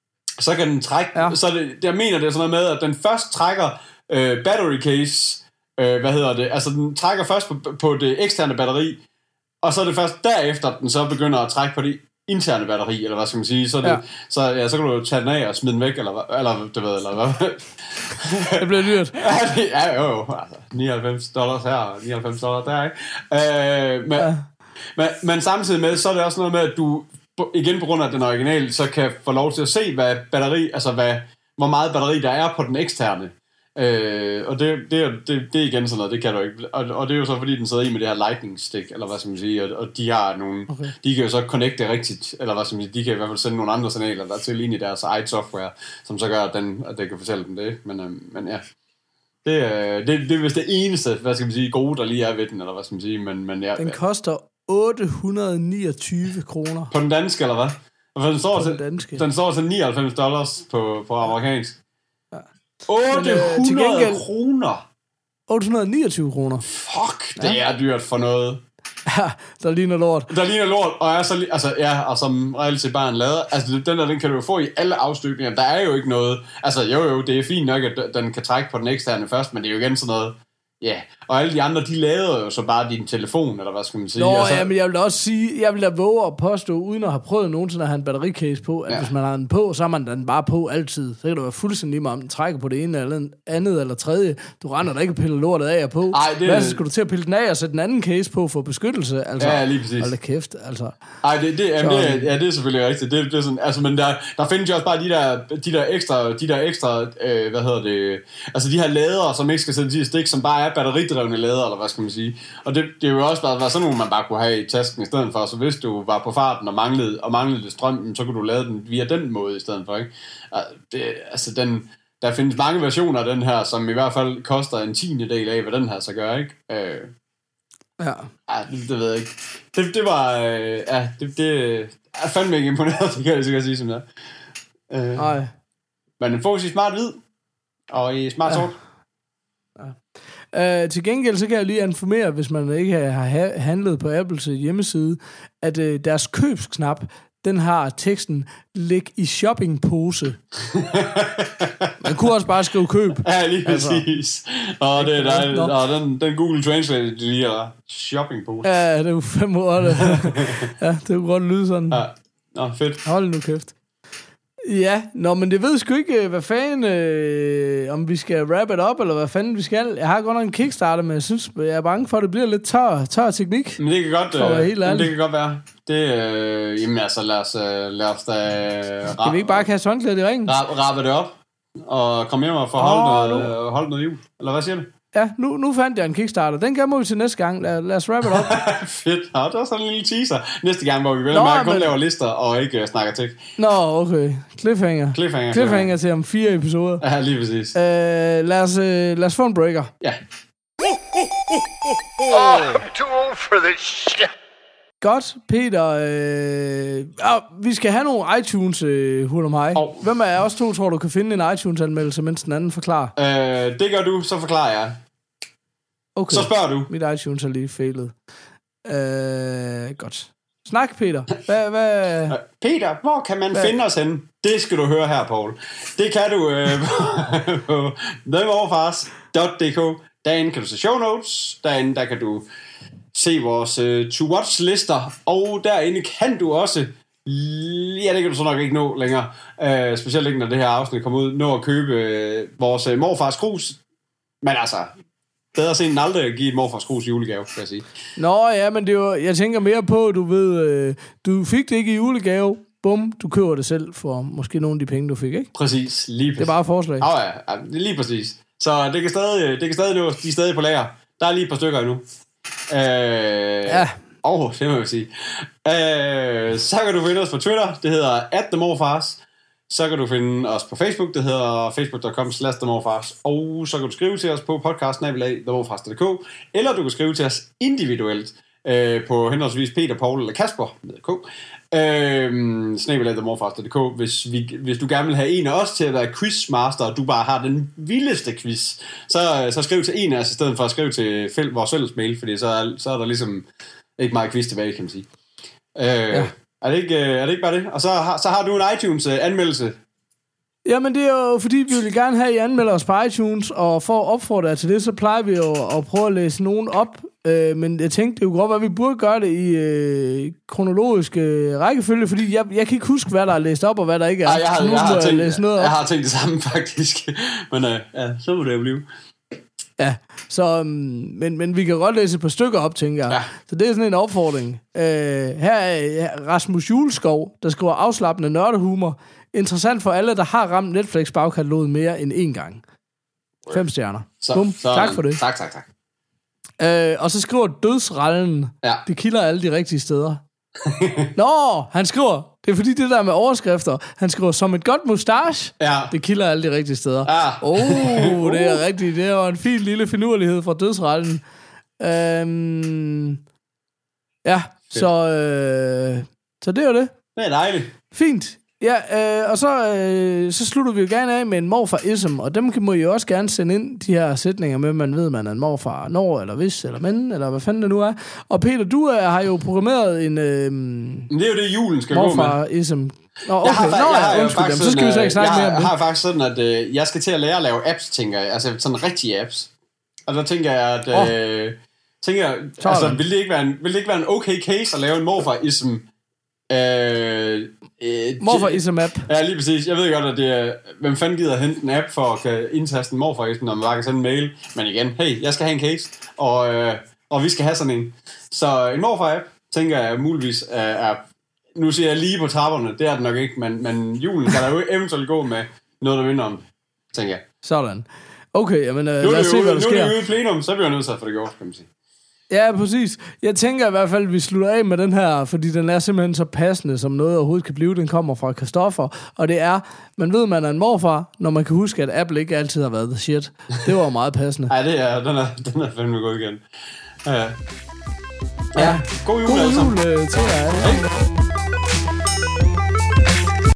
så kan den trække, ja. Så det, jeg mener det er sådan noget med, at den først trækker øh, battery case, øh, hvad hedder det, altså den trækker først på, på det eksterne batteri, og så er det først derefter, den så begynder at trække på det interne batteri, eller hvad skal man sige, så, det, ja. Så, ja, så kan du tage den af og smide den væk, eller, eller det ved, eller hvad. Det bliver dyrt. Ja, det, ja, jo, jo, altså, nioghalvfems dollars her, og nioghalvfems dollars der, ikke? Øh, men, ja. men, men samtidig med, så er det også noget med, at du, igen på grund af den originale, så kan få lov til at se, hvad batteri, altså hvad, hvor meget batteri der er på den eksterne. Øh, og det, det, det, det er igen sådan noget, det kan du ikke. Og, og det er jo så fordi den sidder i med det her lightning stick, eller hvad skal man sige, og, og de har nogle, okay. De kan jo så connecte rigtigt, eller hvad skal man sige, de kan i hvert fald sende nogle andre signaler der til ind i deres eget software, som så gør, at, den, at det kan fortælle dem det. Men, øh, men ja, det, øh, det, det er vist det eneste, hvad skal man sige, gode der lige er ved den, eller hvad skal man sige, men, men ja. Den koster otte hundrede niogtyve kroner. På den danske, eller hvad? For den står, til, den, den står til nioghalvfems dollars på, på amerikansk. otte hundrede kroner. otte hundrede niogtyve kroner. Fuck, det ja. Er dyrt for noget. Ja, der ligner lort. Der ligner lort, og er så altså ja, og som reelt set bare en lader. Altså den der, den kan du jo få i alle afstykninger. Der er jo ikke noget. Altså jo jo, det er fint nok at den kan trække på den eksterne først, men det er jo igen sådan noget. Ja, og alle de andre, de lavede jo så bare din telefon, eller hvad skal man sige. Nå, og så... ja, men jeg vil også sige, jeg vil da våge at påstå, uden at have prøvet nogensinde at have en battericase på, at ja. Hvis man har den på, så har man den bare på altid. Så kan det være fuldstændig lige meget, om den trækker på det ene eller andet eller tredje. Du render da ikke at pille lortet af og på. Ej, det... Hvad så skal du til at pille den af og sætte den anden case på for beskyttelse? Altså, ja, lige præcis. Hold da kæft, altså. Ej, det, det, jamen, det, er, ja, det er selvfølgelig rigtigt. Det, det er sådan, altså, men der, der findes jo også bare de der, de der ekstra, de der ekstra øh, hvad hedder det, altså de her ladere, som ikke skal sætte i stik, som bare er batteridrevne ladere, eller hvad skal man sige. Og det, det er jo også bare være sådan nogle, man bare kunne have i tasken i stedet for, så hvis du var på farten og manglede, og manglede strøm, så kunne du lade den via den måde i stedet for, ikke? Det, altså den, der findes mange versioner af den her, som i hvert fald koster en tiende del af, hvad den her så gør, ikke? Øh, ja. Ja, det, det ved jeg ikke. Det, det var, øh, ja, det, det er fandme ikke imponeret, det kan jeg sikkert sige som det er. Øh, Nej. Men den får sig smart hvid, og i smart sort. Ja. Ja. Uh, til gengæld så kan jeg lige informere, hvis man ikke har handlet på Apples hjemmeside, at uh, deres købsknap, den har teksten læg i shoppingpose. Man kunne også bare skrive køb. Ja, lige præcis. Altså, og det, der, der, og den, den Google Translate, det lige er shoppingpose. Ja, det er jo fem år. Det. Ja, det kunne godt lyde sådan. Ja, nå, fedt. Hold nu kæft. Ja, nå, men det ved sgu ikke, hvad fanden, øh, om vi skal wrap it up, eller hvad fanden vi skal. Jeg har godt nok en Kickstarter, men jeg synes, jeg er bange for, at det bliver lidt tør, tør teknik. Men det kan godt, øh, men det kan godt være. Det, øh, jamen altså, lad os, lad os da... Rap, kan vi ikke bare kaste håndklædet i ringen? Rap, rappe det op, og komme hjem og få holdt, oh, noget, holdt noget jul. Eller hvad siger du? Ja, nu, nu fandt jeg en Kickstarter. Den gemmer vi til næste gang. Lad, lad os wrap it up. Fedt. Ja, det var sådan en lille teaser. Næste gang, hvor vi vel med kun men... laver lister og ikke uh, snakker tech. Nå, okay. Cliffhanger. Cliffhanger. Cliffhanger til om fire episoder. Ja, lige præcis. Uh, lad, os, uh, lad os få en breaker. Ja. Oh, I'm too old for this shit. Godt, Peter. Øh, øh, vi skal have nogle iTunes, øh, hul om mig. Oh. Hvem af os to tror du kan finde en iTunes-anmeldelse, mens den anden forklarer? Øh, det gør du, så forklarer jeg. Okay. Så spørger du. Mit iTunes er lige fejlet. Øh, godt. Snak, Peter. Hvad, hvad... Peter, hvor kan man hvad? finde os henne? Det skal du høre her, Paul. Det kan du øh, på the morfars punktum d k. Derinde kan du se show notes. Derinde der kan du se vores uh, to-watch-lister, og derinde kan du også, ja, det kan du så nok ikke nå længere, uh, specielt ikke, når det her afsnit kommer ud, nå at købe uh, vores uh, morfars krus. Men altså, bedre sent end aldrig at give et morfars krus julegave, kan jeg sige. Nå ja, men det var, jeg tænker mere på, du ved, øh, du fik det ikke i julegave, bum, du køber det selv for måske nogle af de penge, du fik, ikke? Præcis, lige præcis. Det er bare forslag. Ja, ja, lige præcis. Så det kan stadig, det kan stadig nå, de er stadig på lager. Der er lige et par stykker endnu. Øh, ja. Åh, oh, det må jeg sige. Øh, så kan du finde os på Twitter, det hedder at the morfars. Så kan du finde os på Facebook, det hedder facebook punktum com slash the morfars. Og så kan du skrive til os på podcast snabel-a the morfars punktum d k, eller du kan skrive til os individuelt øh, på henholdsvis Peter, Paul eller Kasper med K. Øh, snabel-a the morfars punktum d k, hvis, vi, hvis du gerne vil have en af os til at være quizmaster, og du bare har den vildeste quiz, så, så skriv til en af os, i stedet for at skrive til fæl, vores fælles mail, fordi så er, så er der ligesom ikke meget quiz tilbage, kan man sige. Øh, ja. er, det ikke, er det ikke bare det? Og så har, så har du en iTunes-anmeldelse. Jamen det er jo fordi, vi vil gerne have, at I anmelder os på iTunes, og for at opfordre jer til det, så plejer vi jo at prøve at læse nogen op. Øh, men jeg tænkte, det er jo godt, at vi burde gøre det i øh, kronologisk øh, rækkefølge, fordi jeg, jeg kan ikke huske, hvad der er læst op, og hvad der ikke er. Ej, jeg har, nu jeg har, tænkt, jeg, noget jeg har tænkt det samme, faktisk. Men øh, ja, så må det jo blive. Ja, så, um, men, men vi kan godt læse et par stykker op, tænker jeg. Ja. Så det er sådan en opfordring. Uh, her er Rasmus Juleskov, der skriver afslappende nørdehumor. Interessant for alle, der har ramt Netflix-bagkataloget mere end én gang. Fem stjerner. Så, Bum. Så, tak for det. Tak, tak, tak. Uh, og så skriver Dødsrallen. Ja. Det kilder alle de rigtige steder. Nå, han skriver, det er fordi det der med overskrifter, han skriver, som et godt mustache, ja. Det kilder alle de rigtige steder. Ja. Oh, det er rigtigt. Det var en fin lille finurlighed fra Dødsrallen. Um, ja, så, øh, så det er det. Det er dejligt. Fint. Ja, øh, og så, øh, så slutter vi jo gerne af med en morfar-ism, og dem kan må I også gerne sende ind, de her sætninger med, man ved, man er en morfar, når, eller hvis, eller men, eller hvad fanden det nu er. Og Peter, du er, har jo programmeret en øh, det er jo det, julen skal gå med. Morfar-ism. Nå, okay. Jeg har, Nå, jeg har ja, undskyld dem. Så skal vi så ikke snakke jeg mere om det. Jeg har faktisk sådan, at øh, jeg skal til at lære at lave apps, tænker jeg. Altså sådan rigtige apps. Og der tænker jeg, at... Oh. Øh, tænker jeg, altså, vil det, ikke være en, vil det ikke være en okay case at lave en morfar-ism? Øh, øh, Morfar-ism app. Ja, lige præcis. Jeg ved godt, at det er... Hvem fanden gider at hente en app for at kan indtaste en morfar-ism, når man bare kan sende en mail? Men igen, hey, jeg skal have en case, og, øh, og vi skal have sådan en. Så en morfar-app, tænker jeg muligvis er... er nu siger jeg lige på trapperne, det er det nok ikke, men, men julen kan der jo eventuelt gå med noget, der vinder om det, tænker jeg. Sådan. Okay, jamen øh, nu lad os se, ude, hvad der sker. Nu er det ude i plenum, så bliver jeg nødt til at få det gjort, kan man sige. Ja, præcis. Jeg tænker i hvert fald, at vi slutter af med den her, fordi den er simpelthen så passende, som noget overhovedet kan blive. Den kommer fra Christoffer, og det er, man ved, man er en morfar, når man kan huske, at Apple ikke altid har været the shit. Det var meget passende. Nej, det er, den er, den er fandme god igen. Ja, ja. God jul, God altså. jul øh, til jer. Hej.